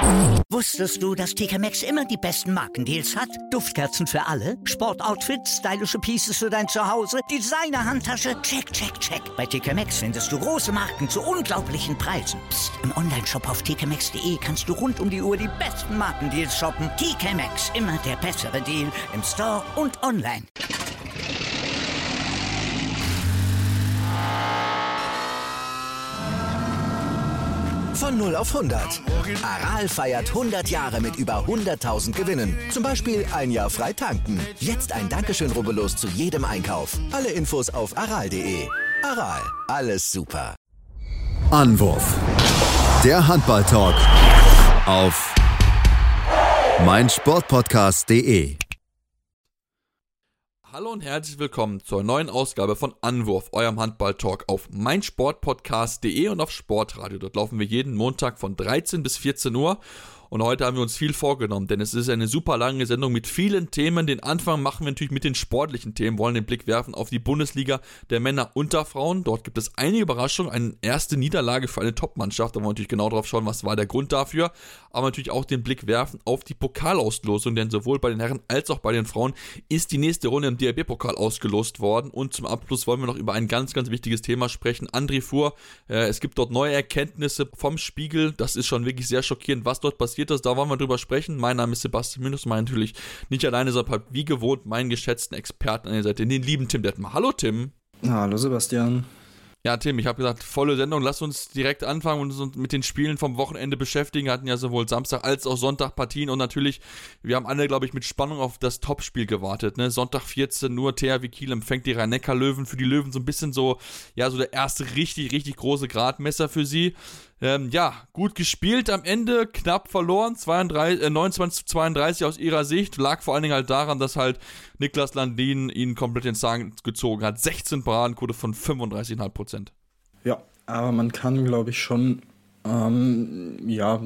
Wusstest du, dass TK Maxx immer die besten Markendeals hat? Duftkerzen für alle, Sportoutfits, stylische Pieces für dein Zuhause, Designer-Handtasche, check, check, check. Bei TK Maxx findest du große Marken zu unglaublichen Preisen. Psst. Im Onlineshop auf tkmaxx.de kannst du rund um die Uhr die besten Markendeals shoppen. TK Maxx, immer der bessere Deal im Store und online. Von 0 auf 100. Aral feiert 100 Jahre mit über 100.000 Gewinnen. Zum Beispiel ein Jahr frei tanken. Jetzt ein Dankeschön, rubbellos zu jedem Einkauf. Alle Infos auf aral.de. Aral, alles super. Anwurf. Der Handball-Talk auf meinsportpodcast.de. Hallo und herzlich willkommen zur neuen Ausgabe von Anwurf, eurem Handball-Talk auf meinsportpodcast.de und auf Sportradio. Dort laufen wir jeden Montag von 13 bis 14 Uhr. Und heute haben wir uns viel vorgenommen, denn es ist eine super lange Sendung mit vielen Themen. Den Anfang machen wir natürlich mit den sportlichen Themen, wollen den Blick werfen auf die Bundesliga der Männer und der Frauen. Dort gibt es einige Überraschungen, eine erste Niederlage für eine Top-Mannschaft. Da wollen wir natürlich genau drauf schauen, was war der Grund dafür. Aber natürlich auch den Blick werfen auf die Pokalauslosung, denn sowohl bei den Herren als auch bei den Frauen ist die nächste Runde im DRB-Pokal ausgelost worden. Und zum Abschluss wollen wir noch über ein ganz, ganz wichtiges Thema sprechen. André Fuhr, es gibt dort neue Erkenntnisse vom Spiegel. Das ist schon wirklich sehr schockierend, was dort passiert ist. Da wollen wir drüber sprechen. Mein Name ist Sebastian Minus, natürlich nicht alleine, sondern wie gewohnt meinen geschätzten Experten an der Seite, den lieben Tim Detmer. Hallo Tim. Hallo Sebastian. Ja, Tim, ich habe gesagt, volle Sendung. Lass uns direkt anfangen und uns mit den Spielen vom Wochenende beschäftigen. Wir hatten ja sowohl Samstag als auch Sonntag Partien und natürlich, wir haben alle, glaube ich, mit Spannung auf das Topspiel gewartet. Ne? Sonntag 14 Uhr, THW Kiel empfängt die Rhein-Neckar-Löwen. Für die Löwen so ein bisschen so, ja, so der erste richtig, richtig große Gradmesser für sie. Gut gespielt am Ende, knapp verloren, 29-32 aus ihrer Sicht, lag vor allen Dingen halt daran, dass halt Niklas Landin ihn komplett den Zahn gezogen hat, 16 Paradenquote von 35,5%. Ja, aber man kann, glaube ich, schon, wenn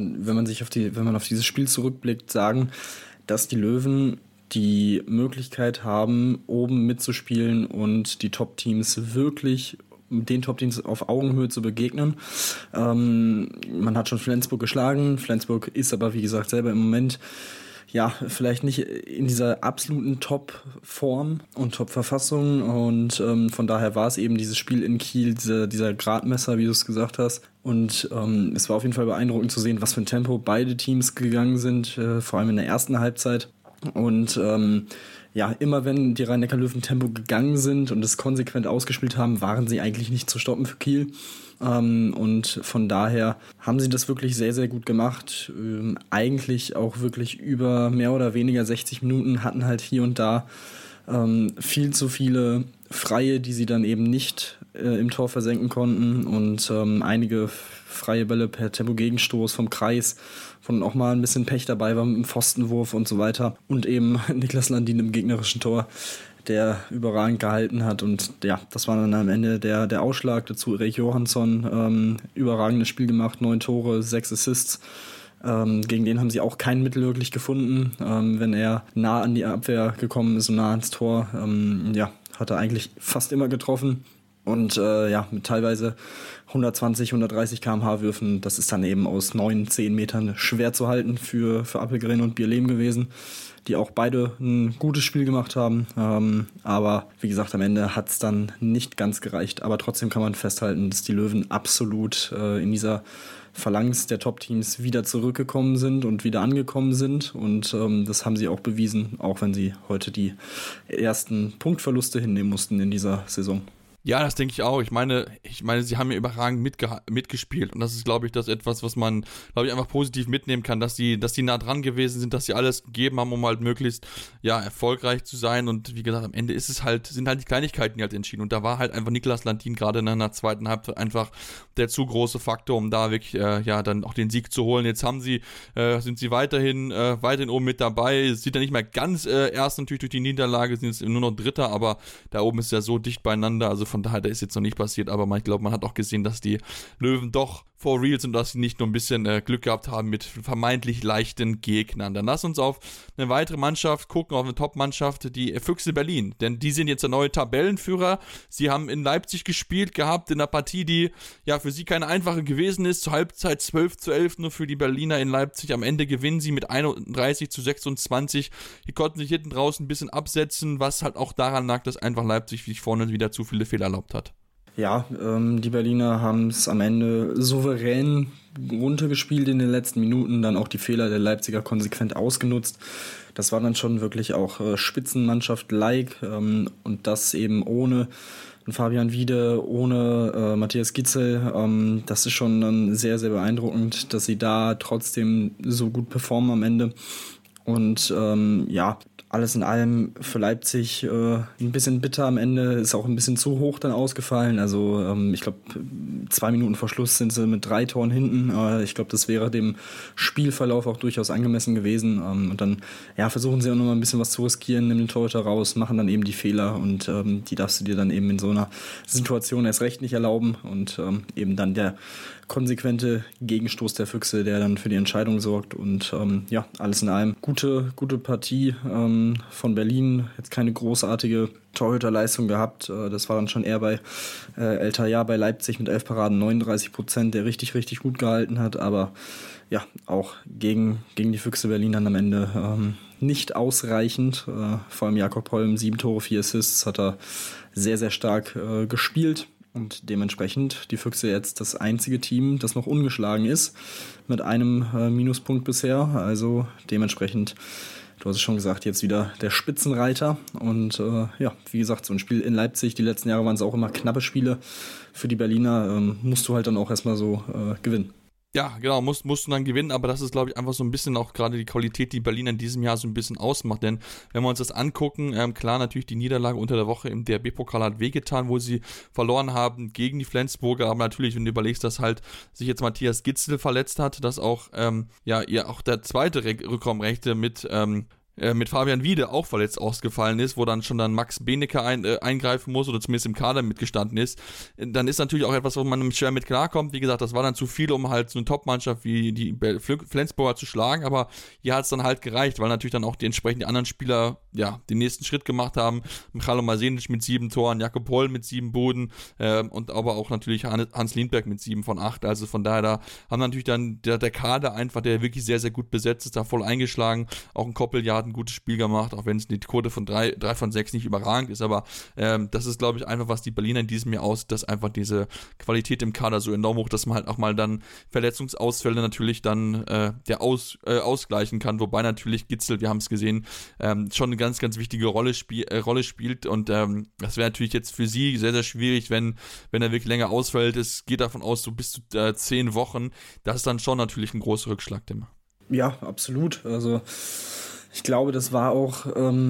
man auf dieses Spiel zurückblickt, sagen, dass die Löwen die Möglichkeit haben, oben mitzuspielen und die Top-Teams wirklich den Top-Teams auf Augenhöhe zu begegnen. Man hat schon Flensburg geschlagen. Flensburg ist aber, wie gesagt, selber im Moment ja vielleicht nicht in dieser absoluten Top-Form und Top-Verfassung. Und von daher war es eben dieses Spiel in Kiel, dieser Gradmesser, wie du es gesagt hast. Und es war auf jeden Fall beeindruckend zu sehen, was für ein Tempo beide Teams gegangen sind, vor allem in der ersten Halbzeit. Und immer wenn die Rhein-Neckar-Löwen Tempo gegangen sind und es konsequent ausgespielt haben, waren sie eigentlich nicht zu stoppen für Kiel. Und von daher haben sie das wirklich sehr, sehr gut gemacht. Eigentlich auch wirklich über mehr oder weniger 60 Minuten, hatten halt hier und da viel zu viele Freie, die sie dann eben nicht im Tor versenken konnten. Und einige freie Bälle per Tempo-Gegenstoß vom Kreis, von auch mal ein bisschen Pech dabei war mit dem Pfostenwurf und so weiter. Und eben Niklas Landin im gegnerischen Tor, der überragend gehalten hat. Und ja, das war dann am Ende der Ausschlag. Dazu Erik Johansson, überragendes Spiel gemacht, 9 Tore, 6 Assists. Gegen den haben sie auch kein Mittel wirklich gefunden. Wenn er nah an die Abwehr gekommen ist und nah ans Tor, hat er eigentlich fast immer getroffen. Und mit teilweise 120, 130 km/h Würfen, das ist dann eben aus 9, 10 Metern schwer zu halten für Appelgren und Bierlehm gewesen, die auch beide ein gutes Spiel gemacht haben. Aber wie gesagt, am Ende hat es dann nicht ganz gereicht. Aber trotzdem kann man festhalten, dass die Löwen absolut in dieser Phalanx der Top-Teams wieder zurückgekommen sind und wieder angekommen sind. Und das haben sie auch bewiesen, auch wenn sie heute die ersten Punktverluste hinnehmen mussten in dieser Saison. Ja, das denke ich auch. Ich meine, sie haben ja überragend mitgespielt und das ist, glaube ich, das etwas, was man, glaube ich, einfach positiv mitnehmen kann, dass die nah dran gewesen sind, dass sie alles gegeben haben, um halt möglichst, erfolgreich zu sein und wie gesagt, am Ende sind halt die Kleinigkeiten, die halt entschieden und da war halt einfach Niklas Landin gerade in einer zweiten Halbzeit einfach der zu große Faktor, um da wirklich, dann auch den Sieg zu holen. Jetzt sind sie weiterhin oben mit dabei. Es sieht ja nicht mehr ganz erst natürlich durch die Niederlage, sind jetzt nur noch Dritter, aber da oben ist ja so dicht beieinander, also von daher, da ist jetzt noch nicht passiert, aber ich glaube, man hat auch gesehen, dass die Löwen doch for real sind, dass sie nicht nur ein bisschen Glück gehabt haben mit vermeintlich leichten Gegnern. Dann lass uns auf eine weitere Mannschaft gucken, auf eine Top-Mannschaft, die Füchse Berlin, denn die sind jetzt der neue Tabellenführer. Sie haben in Leipzig gespielt gehabt, in einer Partie, die ja für sie keine einfache gewesen ist, zur Halbzeit 12-11 nur für die Berliner in Leipzig. Am Ende gewinnen sie mit 31-26. Die konnten sich hinten draußen ein bisschen absetzen, was halt auch daran lag, dass einfach Leipzig sich vorne wieder zu viele Fehler erlaubt hat. Ja, die Berliner haben es am Ende souverän runtergespielt in den letzten Minuten, dann auch die Fehler der Leipziger konsequent ausgenutzt. Das war dann schon wirklich auch Spitzenmannschaft-like und das eben ohne Fabian Wiede, ohne Matthias Gitzel. Das ist schon dann sehr, sehr beeindruckend, dass sie da trotzdem so gut performen am Ende. Und alles in allem für Leipzig ein bisschen bitter am Ende, ist auch ein bisschen zu hoch dann ausgefallen. Also ich glaube, 2 Minuten vor Schluss sind sie mit 3 Toren hinten. Ich glaube, das wäre dem Spielverlauf auch durchaus angemessen gewesen. Und dann versuchen sie auch nochmal ein bisschen was zu riskieren, nehmen den Torhüter raus, machen dann eben die Fehler und die darfst du dir dann eben in so einer Situation erst recht nicht erlauben. Und eben dann der konsequente Gegenstoß der Füchse, der dann für die Entscheidung sorgt. Und alles in allem gute Partie von Berlin. Jetzt keine großartige Torhüterleistung gehabt. Das war dann schon eher bei El Tayar bei Leipzig mit 11 Paraden, 39%, der richtig, richtig gut gehalten hat. Aber ja, auch gegen die Füchse Berlin dann am Ende nicht ausreichend. Vor allem Jakob Holm, 7 Tore, 4 Assists, hat er sehr, sehr stark gespielt. Und dementsprechend die Füchse jetzt das einzige Team, das noch ungeschlagen ist, mit einem Minuspunkt bisher. Also dementsprechend, du hast es schon gesagt, jetzt wieder der Spitzenreiter. Und wie gesagt, so ein Spiel in Leipzig, die letzten Jahre waren es auch immer knappe Spiele. Für die Berliner musst du halt dann auch erstmal so gewinnen. Ja, genau, musst du dann gewinnen, aber das ist, glaube ich, einfach so ein bisschen auch gerade die Qualität, die Berlin in diesem Jahr so ein bisschen ausmacht, denn wenn wir uns das angucken, klar, natürlich die Niederlage unter der Woche im DRB-Pokal hat wehgetan, wo sie verloren haben gegen die Flensburger, aber natürlich, wenn du überlegst, dass halt sich jetzt Matthias Gitzel verletzt hat, dass auch, auch der zweite Rückraumrechte mit Fabian Wiede auch verletzt ausgefallen ist, wo dann schon Max Benecke eingreifen muss oder zumindest im Kader mitgestanden ist, dann ist natürlich auch etwas, wo man schwer mit klarkommt. Wie gesagt, das war dann zu viel, um halt so eine Top-Mannschaft wie die Flensburger zu schlagen, aber hier hat es dann halt gereicht, weil natürlich dann auch die entsprechenden anderen Spieler den nächsten Schritt gemacht haben. Michalo Masenic mit 7 Toren, Jakob Holl mit 7 Buden und aber auch natürlich Hans Lindberg mit 7 von 8. Also von daher, da haben natürlich dann der Kader einfach, der wirklich sehr, sehr gut besetzt ist, da voll eingeschlagen. Auch ein Koppeljahr hat ein gutes Spiel gemacht, auch wenn es die Quote von 3 von 6 nicht überragend ist, aber das ist, glaube ich, einfach, was die Berliner in diesem Jahr dass einfach diese Qualität im Kader so enorm hoch, dass man halt auch mal dann Verletzungsausfälle natürlich dann ausgleichen kann, wobei natürlich Gitzel, wir haben es gesehen, schon eine ganz, ganz wichtige Rolle spielt und das wäre natürlich jetzt für sie sehr, sehr schwierig, wenn er wirklich länger ausfällt. Es geht davon aus, so bis zu 10 Wochen, das ist dann schon natürlich ein großer Rückschlag. Ja, absolut, also ich glaube, das war auch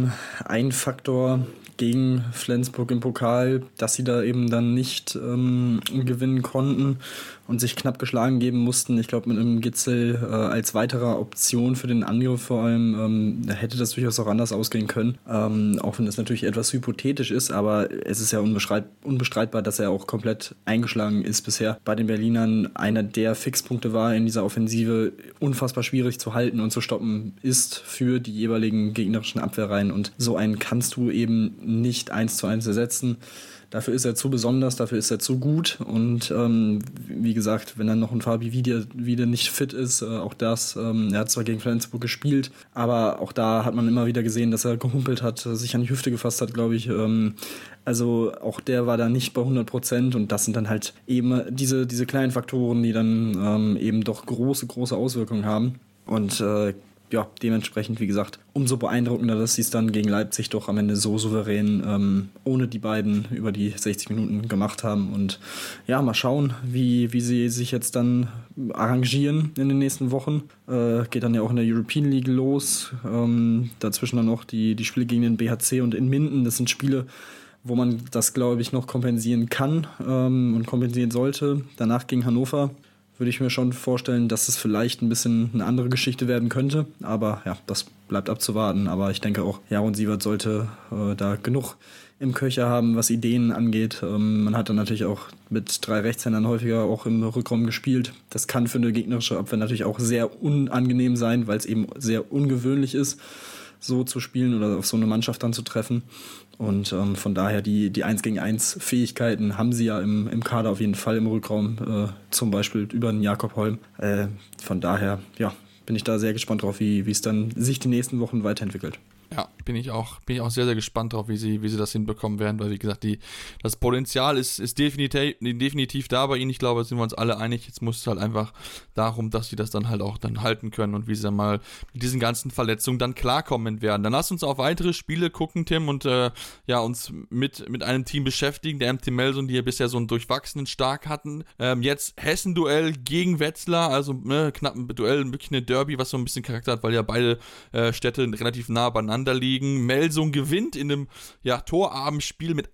ein Faktor gegen Flensburg im Pokal, dass sie da eben dann nicht gewinnen konnten und sich knapp geschlagen geben mussten. Ich glaube, mit einem Gitzel als weiterer Option für den Angriff vor allem, da hätte das durchaus auch anders ausgehen können. Auch wenn das natürlich etwas hypothetisch ist, aber es ist ja unbestreitbar, dass er auch komplett eingeschlagen ist bisher. Bei den Berlinern einer der Fixpunkte war in dieser Offensive, unfassbar schwierig zu halten und zu stoppen ist für die jeweiligen gegnerischen Abwehrreihen. Und so einen kannst du eben nicht 1:1 ersetzen. Dafür ist er zu besonders, dafür ist er zu gut und wie gesagt, wenn dann noch ein Fabi wieder nicht fit ist, auch das, er hat zwar gegen Flensburg gespielt, aber auch da hat man immer wieder gesehen, dass er gehumpelt hat, sich an die Hüfte gefasst hat, glaube ich, also auch der war da nicht bei 100% und das sind dann halt eben diese kleinen Faktoren, die dann eben doch große Auswirkungen haben und dementsprechend, wie gesagt, umso beeindruckender, dass sie es dann gegen Leipzig doch am Ende so souverän ohne die beiden über die 60 Minuten gemacht haben. Und ja, mal schauen, wie sie sich jetzt dann arrangieren in den nächsten Wochen. Geht dann ja auch in der European League los. Dazwischen dann noch die Spiele gegen den BHC und in Minden. Das sind Spiele, wo man das, glaube ich, noch kompensieren kann und kompensieren sollte. Danach gegen Hannover würde ich mir schon vorstellen, dass es vielleicht ein bisschen eine andere Geschichte werden könnte. Aber ja, das bleibt abzuwarten. Aber ich denke auch, Jaron Sievert sollte da genug im Köcher haben, was Ideen angeht. Man hat dann natürlich auch mit 3 Rechtshändern häufiger auch im Rückraum gespielt. Das kann für eine gegnerische Abwehr natürlich auch sehr unangenehm sein, weil es eben sehr ungewöhnlich ist, so zu spielen oder auf so eine Mannschaft dann zu treffen. Und von daher die 1-gegen-1 Fähigkeiten haben sie ja im Kader auf jeden Fall im Rückraum, zum Beispiel über den Jakob Holm. Von daher, ja, bin ich da sehr gespannt drauf, wie es dann sich die nächsten Wochen weiterentwickelt. Ja, bin ich auch sehr, sehr gespannt drauf, wie sie das hinbekommen werden, weil wie gesagt, das Potenzial ist definitiv da bei ihnen. Ich glaube, da sind wir uns alle einig. Jetzt muss es halt einfach darum, dass sie das dann halt auch dann halten können und wie sie dann mal mit diesen ganzen Verletzungen dann klarkommen werden. Dann lass uns auf weitere Spiele gucken, Tim, und uns mit einem Team beschäftigen, der MT Melsung, die ja bisher so einen durchwachsenen Start hatten. Jetzt Hessen-Duell gegen Wetzlar, also knapp ein Duell, wirklich eine Derby, was so ein bisschen Charakter hat, weil ja beide Städte relativ nah beieinander liegen. Melsung gewinnt in einem Torabendspiel mit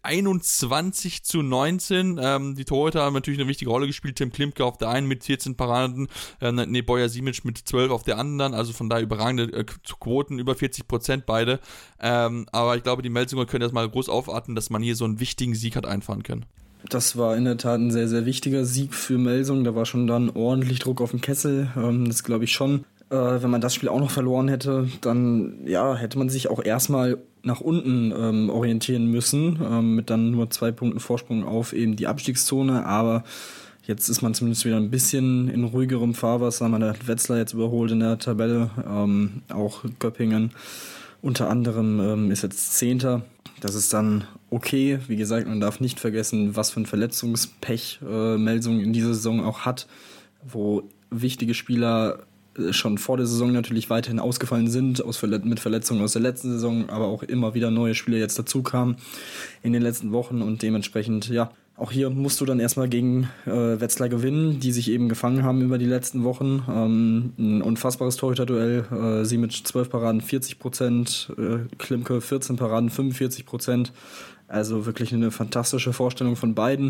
21-19. Die Torhüter haben natürlich eine wichtige Rolle gespielt. Tim Klimke auf der einen mit 14 Paraden, Boyer Simic mit 12 auf der anderen. Also von daher überragende Quoten, über 40% beide. Aber ich glaube, die Melsunger können erstmal groß aufatmen, dass man hier so einen wichtigen Sieg hat einfahren können. Das war in der Tat ein sehr, sehr wichtiger Sieg für Melsung. Da war schon dann ordentlich Druck auf den Kessel. Das glaube ich schon. Wenn man das Spiel auch noch verloren hätte, dann hätte man sich auch erstmal nach unten orientieren müssen, mit dann nur 2 Punkten Vorsprung auf eben die Abstiegszone. Aber jetzt ist man zumindest wieder ein bisschen in ruhigerem Fahrwasser. Man hat Wetzlar jetzt überholt in der Tabelle, auch Göppingen unter anderem ist jetzt 10. Das ist dann okay. Wie gesagt, man darf nicht vergessen, was für ein Verletzungspech Melsung in dieser Saison auch hat, wo wichtige Spieler schon vor der Saison natürlich weiterhin ausgefallen sind, mit Verletzungen aus der letzten Saison, aber auch immer wieder neue Spieler jetzt dazu kamen in den letzten Wochen und dementsprechend, auch hier musst du dann erstmal gegen Wetzlar gewinnen, die sich eben gefangen haben über die letzten Wochen. Ein unfassbares Torhüter-Duell, sie mit 12 Paraden 40%, Klimke 14 Paraden 45%, also wirklich eine fantastische Vorstellung von beiden.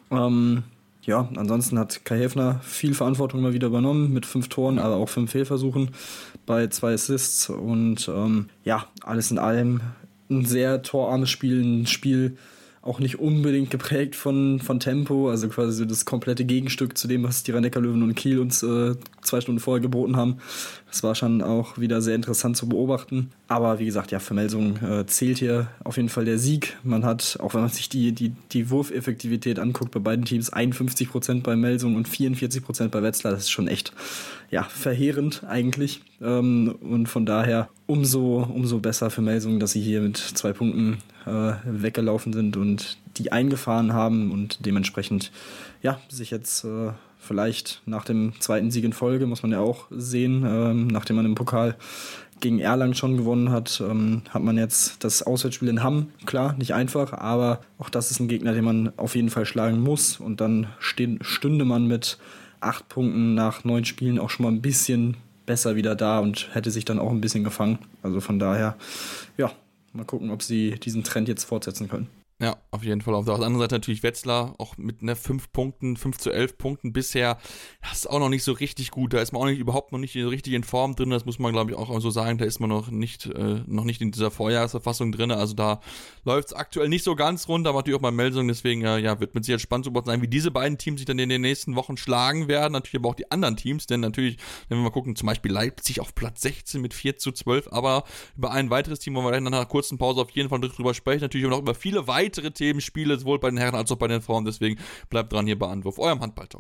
Ansonsten hat Kai Häfner viel Verantwortung mal wieder übernommen, mit 5 Toren, aber auch 5 Fehlversuchen bei 2 Assists. Und alles in allem ein sehr torarmes Spiel, ein Spiel auch nicht unbedingt geprägt von Tempo, also quasi so das komplette Gegenstück zu dem, was die Rhein-Neckar Löwen und Kiel uns 2 Stunden vorher geboten haben. Das war schon auch wieder sehr interessant zu beobachten. Aber wie gesagt, für Melsung zählt hier auf jeden Fall der Sieg. Man hat, auch wenn man sich die Wurfeffektivität anguckt, bei beiden Teams 51% bei Melsung und 44% bei Wetzlar. Das ist schon echt verheerend eigentlich. Und von daher umso besser für Melsung, dass sie hier mit 2 Punkten weggelaufen sind und die eingefahren haben und dementsprechend sich jetzt vielleicht nach dem 2. Sieg in Folge, muss man ja auch sehen, nachdem man im Pokal gegen Erlangen schon gewonnen hat, hat man jetzt das Auswärtsspiel in Hamm. Klar, nicht einfach, aber auch das ist ein Gegner, den man auf jeden Fall schlagen muss und dann stünde man mit 8 Punkten nach 9 Spielen auch schon mal ein bisschen besser wieder da und hätte sich dann auch ein bisschen gefangen. Also von daher, mal gucken, ob sie diesen Trend jetzt fortsetzen können. Ja, auf jeden Fall. Auf der anderen Seite natürlich Wetzlar, auch mit 5 zu 11 Punkten bisher. Das ist auch noch nicht so richtig gut. Da ist man auch überhaupt noch nicht richtig in Form drin. Das muss man, glaube ich, auch so sagen. Da ist man noch nicht in dieser Vorjahresverfassung drin. Also da läuft es aktuell nicht so ganz rund, aber natürlich auch bei Melsung. Deswegen wird mit Sicherheit spannend zu beobachten sein, wie diese beiden Teams sich dann in den nächsten Wochen schlagen werden. Natürlich aber auch die anderen Teams, denn natürlich, wenn wir mal gucken, zum Beispiel Leipzig auf Platz 16 mit 4-12, aber über ein weiteres Team, wo wir nach einer kurzen Pause auf jeden Fall drüber sprechen, natürlich auch noch über viele weitere Themenspiele, sowohl bei den Herren als auch bei den Frauen. Deswegen bleibt dran hier bei Anwurf, eurem Handball-Talk.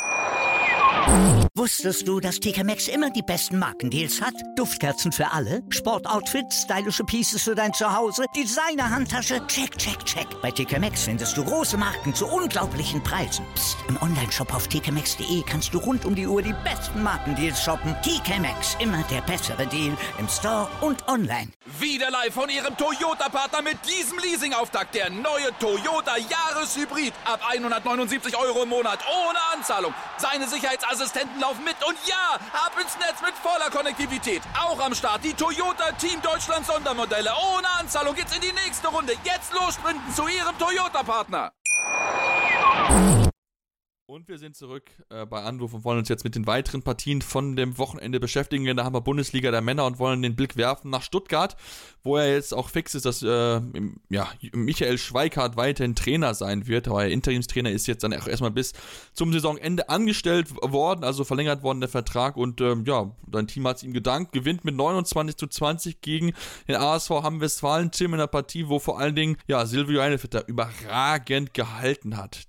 Wusstest du, dass TK Maxx immer die besten Markendeals hat? Duftkerzen für alle, Sportoutfits, stylische Pieces für dein Zuhause, Designer-Handtasche, check, check, check. Bei TK Maxx findest du große Marken zu unglaublichen Preisen. Psst. Im Onlineshop auf tkmaxx.de kannst du rund um die Uhr die besten Markendeals shoppen. TK Maxx, immer der bessere Deal im Store und online. Wieder live von ihrem Toyota-Partner mit diesem Leasing-Auftakt. Der neue Toyota Jahreshybrid. Ab 179 € im Monat, ohne Anzahlung. Seine Sicherheitsassistenten laufen mit und ab ins Netz mit voller Konnektivität. Auch am Start die Toyota Team Deutschland Sondermodelle. Ohne Anzahlung geht's in die nächste Runde. Jetzt los sprinten zu ihrem Toyota-Partner. Und wir sind zurück bei Anwurf und wollen uns jetzt mit den weiteren Partien von dem Wochenende beschäftigen. In der Hammer-Bundesliga der Männer und wollen den Blick werfen nach Stuttgart, wo er jetzt auch fix ist, dass Michael Schweikart weiterhin Trainer sein wird. Aber der Interimstrainer ist jetzt dann auch erstmal bis zum Saisonende angestellt worden, also verlängert worden der Vertrag. Und sein Team hat es ihm gedankt, gewinnt mit 29:20 gegen den ASV Hamm-Westfalen. Tim in der Partie, wo vor allen Dingen Silvio Heinevetter überragend gehalten hat.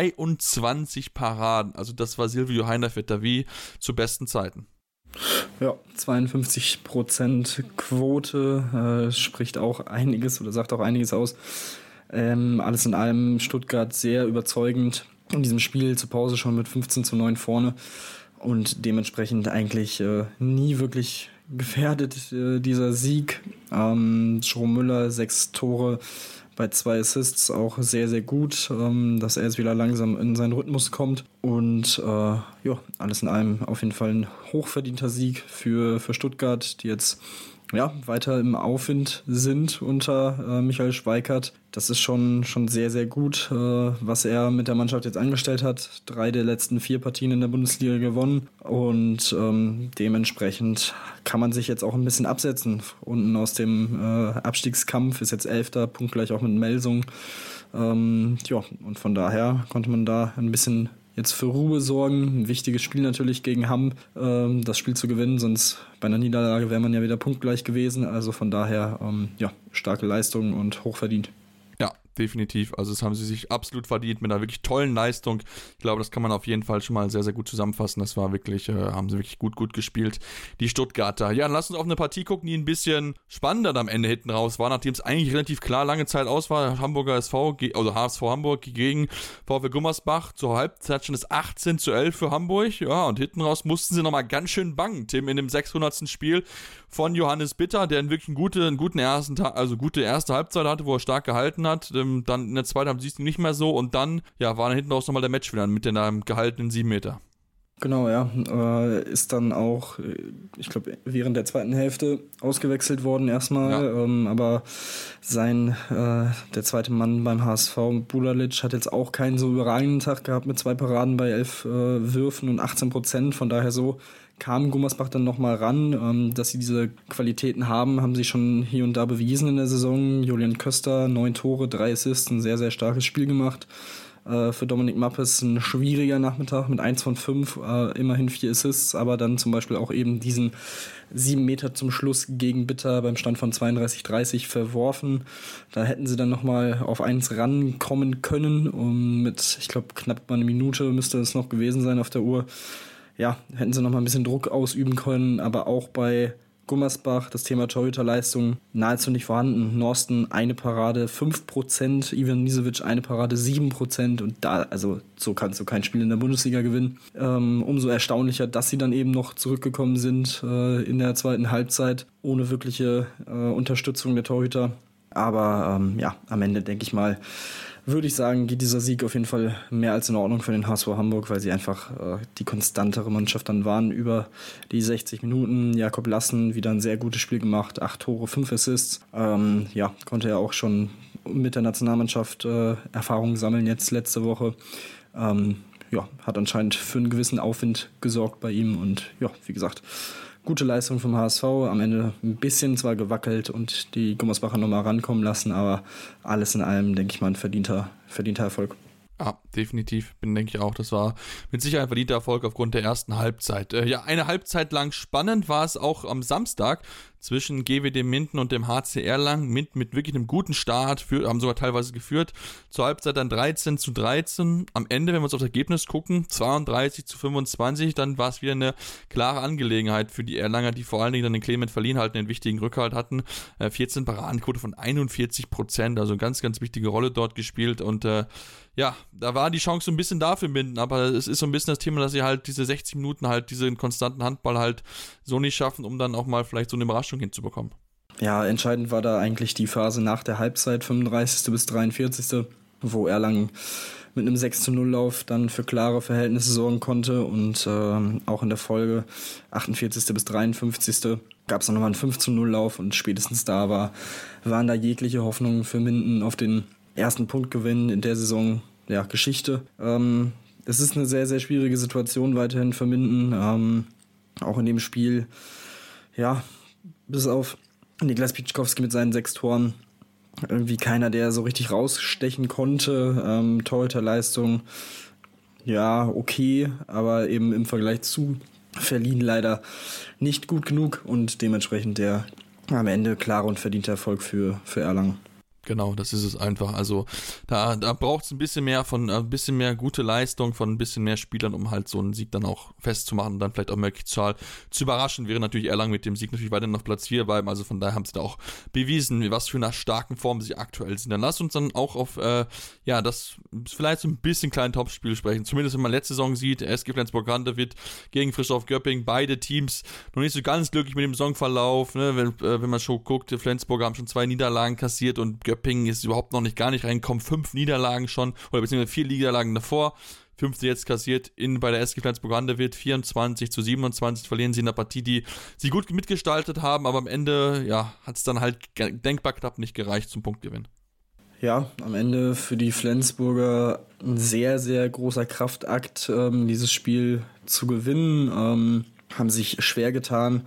22 Paraden, also das war Silvio Heinevetter wie zu besten Zeiten. Ja, 52% Quote, spricht auch einiges oder sagt auch einiges aus. Alles in allem Stuttgart sehr überzeugend in diesem Spiel, zur Pause schon mit 15:9 vorne und dementsprechend eigentlich nie wirklich gefährdet dieser Sieg. Jerome Müller 6 Tore bei 2 Assists, auch sehr, sehr gut, dass er jetzt wieder langsam in seinen Rhythmus kommt. Und alles in allem auf jeden Fall ein hochverdienter Sieg für Stuttgart, die jetzt weiter im Aufwind sind unter Michael Schweikart. Das ist schon sehr, sehr gut, was er mit der Mannschaft jetzt angestellt hat. 3 der letzten 4 Partien in der Bundesliga gewonnen und dementsprechend kann man sich jetzt auch ein bisschen absetzen. Unten aus dem Abstiegskampf ist jetzt 11. punktgleich auch mit Melsung. Und von daher konnte man da ein bisschen jetzt für Ruhe sorgen. Ein wichtiges Spiel natürlich gegen Hamm, das Spiel zu gewinnen, sonst bei einer Niederlage wäre man ja wieder punktgleich gewesen. Also von daher, starke Leistung und hochverdient. Ja, definitiv. Also das haben sie sich absolut verdient mit einer wirklich tollen Leistung. Ich glaube, das kann man auf jeden Fall schon mal sehr, sehr gut zusammenfassen. Das war wirklich, haben sie wirklich gut gespielt, die Stuttgarter. Ja, dann lass uns auf eine Partie gucken, die ein bisschen spannender am Ende hinten raus war, nachdem es eigentlich relativ klar lange Zeit aus war. Hamburger HSV Hamburg gegen VfL Gummersbach. Zur Halbzeit schon das 18:11 für Hamburg. Ja, und hinten raus mussten sie nochmal ganz schön bangen, Tim, in dem 600. Spiel von Johannes Bitter, der wirklich einen guten ersten Tag, also gute erste Halbzeit hatte, wo er stark gehalten hat. Dann in der zweiten haben sie es nicht mehr so und dann, war hinten raus nochmal der Matchwinner mit dem gehaltenen 7 Meter. Genau, ja. Ist dann auch, ich glaube, während der zweiten Hälfte ausgewechselt worden erstmal. Ja. Aber der zweite Mann beim HSV, Bulalic, hat jetzt auch keinen so überragenden Tag gehabt mit 2 Paraden bei 11 Würfen und 18%. Von daher so kam Gummersbach dann nochmal ran. Dass sie diese Qualitäten haben sie schon hier und da bewiesen in der Saison. Julian Köster, 9 Tore, 3 Assists, ein sehr, sehr starkes Spiel gemacht. Für Dominik Mappes ein schwieriger Nachmittag mit 1 von 5, immerhin 4 Assists, aber dann zum Beispiel auch eben diesen 7 Meter zum Schluss gegen Bitter beim Stand von 32:30 verworfen. Da hätten sie dann nochmal auf 1 rankommen können und mit, ich glaube, knapp mal eine Minute müsste es noch gewesen sein auf der Uhr. Ja, hätten sie nochmal ein bisschen Druck ausüben können, aber auch bei Gummersbach, das Thema Torhüterleistung nahezu nicht vorhanden. Norsten 1 Parade 5%, Ivan Nisevic 1 Parade 7% und so kannst du kein Spiel in der Bundesliga gewinnen. Umso erstaunlicher, dass sie dann eben noch zurückgekommen sind in der zweiten Halbzeit, ohne wirkliche Unterstützung der Torhüter. Aber am Ende denke ich mal, würde ich sagen, geht dieser Sieg auf jeden Fall mehr als in Ordnung für den HSV Hamburg, weil sie einfach die konstantere Mannschaft dann waren über die 60 Minuten. Jakob Lassen wieder ein sehr gutes Spiel gemacht, 8 Tore, 5 Assists. Konnte er auch schon mit der Nationalmannschaft Erfahrung sammeln jetzt letzte Woche. Hat anscheinend für einen gewissen Aufwind gesorgt bei ihm und wie gesagt, gute Leistung vom HSV, am Ende ein bisschen zwar gewackelt und die Gummersbacher nochmal rankommen lassen, aber alles in allem, denke ich mal, ein verdienter Erfolg. Ja, definitiv, denke ich auch. Das war mit Sicherheit ein verdienter Erfolg aufgrund der ersten Halbzeit. Eine Halbzeit lang spannend war es auch am Samstag zwischen GWD Minden und dem HC Erlangen. Minden mit wirklich einem guten Start, haben sogar teilweise geführt. Zur Halbzeit dann 13:13. Am Ende, wenn wir uns auf das Ergebnis gucken, 32:25, dann war es wieder eine klare Angelegenheit für die Erlanger, die vor allen Dingen dann den Clement Verlien halt einen wichtigen Rückhalt hatten. 14 Paradenquote von 41%, also eine ganz, ganz wichtige Rolle dort gespielt und da war die Chance so ein bisschen da für Minden, aber es ist so ein bisschen das Thema, dass sie halt diese 60 Minuten halt diesen konstanten Handball halt so nicht schaffen, um dann auch mal vielleicht so eine Überraschung hinzubekommen. Ja, entscheidend war da eigentlich die Phase nach der Halbzeit, 35. bis 43., wo Erlangen mit einem 6:0-Lauf dann für klare Verhältnisse sorgen konnte und auch in der Folge 48. bis 53. gab es dann nochmal einen 5:0-Lauf und spätestens da waren da jegliche Hoffnungen für Minden auf den ersten Punktgewinn in der Saison Geschichte. das ist eine sehr, sehr schwierige Situation weiterhin für Minden. Auch in dem Spiel, ja, bis auf Niklas Pieczkowski mit seinen 6 Toren irgendwie keiner, der so richtig rausstechen konnte. Torhüterleistung, ja, okay, aber eben im Vergleich zu Verlien leider nicht gut genug und dementsprechend der am Ende klare und verdiente Erfolg für Erlangen. Genau, das ist es einfach. Also da braucht es ein bisschen mehr gute Leistung von ein bisschen mehr Spielern, um halt so einen Sieg dann auch festzumachen und dann vielleicht auch Möglichkeit zu überraschen. Wäre natürlich Erlangen mit dem Sieg natürlich weiterhin auf Platz 4 bleiben. Also von daher haben sie da auch bewiesen, was für eine starken Form sie aktuell sind. Dann lasst uns dann auch auf das vielleicht so ein bisschen kleinen Topspiel sprechen. Zumindest wenn man letzte Saison sieht, SG Flensburg-Handewitt gegen Frischdorf Göppingen, beide Teams noch nicht so ganz glücklich mit dem Saisonverlauf. Ne? Wenn man schon guckt, die Flensburger haben schon 2 Niederlagen kassiert und Göppingen ist überhaupt noch gar nicht reingekommen. 5 Niederlagen schon, oder beziehungsweise 4 Niederlagen davor. 5. jetzt kassiert bei der SG Flensburg-Handewitt. 24-27 verlieren sie in der Partie, die sie gut mitgestaltet haben, aber am Ende hat es dann halt denkbar knapp nicht gereicht zum Punktgewinn. Ja, am Ende für die Flensburger ein sehr, sehr großer Kraftakt, dieses Spiel zu gewinnen. Haben sich schwer getan.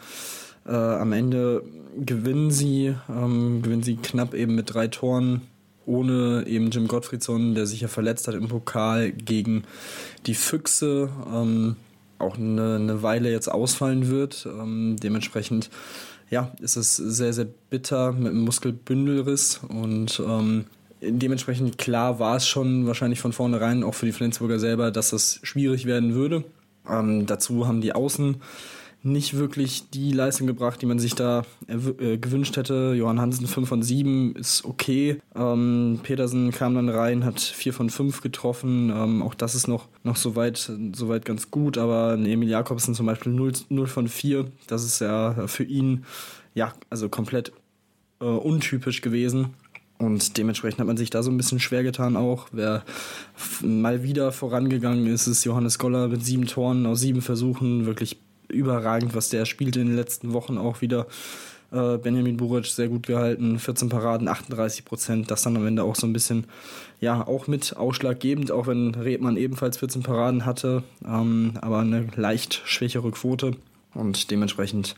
Am Ende gewinnen sie knapp eben mit 3 Toren, ohne eben Jim Gottfriedson, der sich ja verletzt hat im Pokal gegen die Füchse, auch eine Weile jetzt ausfallen wird. Dementsprechend ist es sehr, sehr bitter mit einem Muskelbündelriss und dementsprechend klar war es schon wahrscheinlich von vornherein auch für die Flensburger selber, dass das schwierig werden würde. Dazu haben die Außen nicht wirklich die Leistung gebracht, die man sich da gewünscht hätte. Johann Hansen 5 von 7 ist okay. Petersen kam dann rein, hat 4 von 5 getroffen. Auch das ist noch soweit ganz gut, aber Emil Jakobsen zum Beispiel 0 von 4. Das ist ja für ihn also komplett untypisch gewesen. Und dementsprechend hat man sich da so ein bisschen schwer getan auch. Wer mal wieder vorangegangen ist Johannes Goller mit 7 Toren aus 7 Versuchen. Wirklich überragend, was der spielte in den letzten Wochen auch wieder. Benjamin Buric sehr gut gehalten, 14 Paraden, 38%. Das dann am Ende auch so ein bisschen, auch mit ausschlaggebend, auch wenn Redmann ebenfalls 14 Paraden hatte, aber eine leicht schwächere Quote. Und dementsprechend,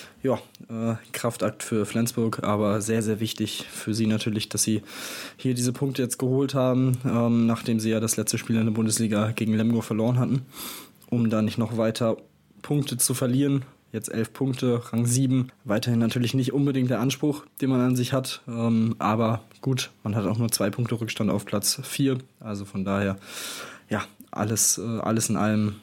Kraftakt für Flensburg, aber sehr, sehr wichtig für sie natürlich, dass sie hier diese Punkte jetzt geholt haben, nachdem sie ja das letzte Spiel in der Bundesliga gegen Lemgo verloren hatten, um da nicht noch weiter Punkte zu verlieren. Jetzt 11 Punkte, Rang 7. Weiterhin natürlich nicht unbedingt der Anspruch, den man an sich hat. Aber gut, man hat auch nur 2 Punkte Rückstand auf Platz 4. Also von daher, alles in allem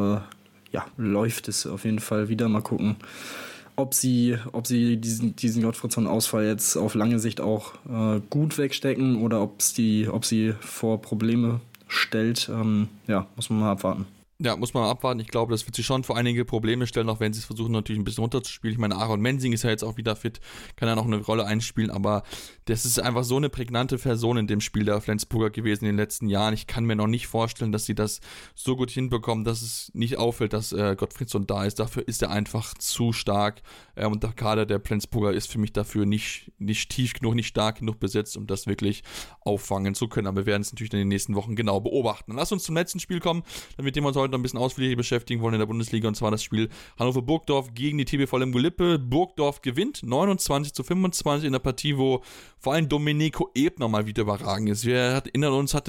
läuft es auf jeden Fall wieder. Mal gucken, ob sie diesen Gottfriedson-Ausfall jetzt auf lange Sicht auch gut wegstecken oder ob sie vor Probleme stellt. Muss man mal abwarten. Ja, muss man abwarten. Ich glaube, das wird sich schon vor einige Probleme stellen, auch wenn sie es versuchen, natürlich ein bisschen runterzuspielen. Ich meine, Aaron Mensing ist ja jetzt auch wieder fit, kann ja noch eine Rolle einspielen, aber das ist einfach so eine prägnante Person in dem Spiel der Flensburger gewesen in den letzten Jahren. Ich kann mir noch nicht vorstellen, dass sie das so gut hinbekommen, dass es nicht auffällt, dass Gottfriedson da ist. Dafür ist er einfach zu stark und der Kader der Flensburger ist für mich dafür nicht tief genug, nicht stark genug besetzt, um das wirklich auffangen zu können. Aber wir werden es natürlich in den nächsten Wochen genau beobachten. Dann lass uns zum letzten Spiel kommen, mit dem wir uns heute noch ein bisschen ausführlicher beschäftigen wollen in der Bundesliga, und zwar das Spiel Hannover-Burgdorf gegen die TBV Lemgo-Lippe. Burgdorf gewinnt 29-25 in der Partie, wo vor allem Domenico Ebner mal wieder überragend ist. Wir erinnern uns, hatte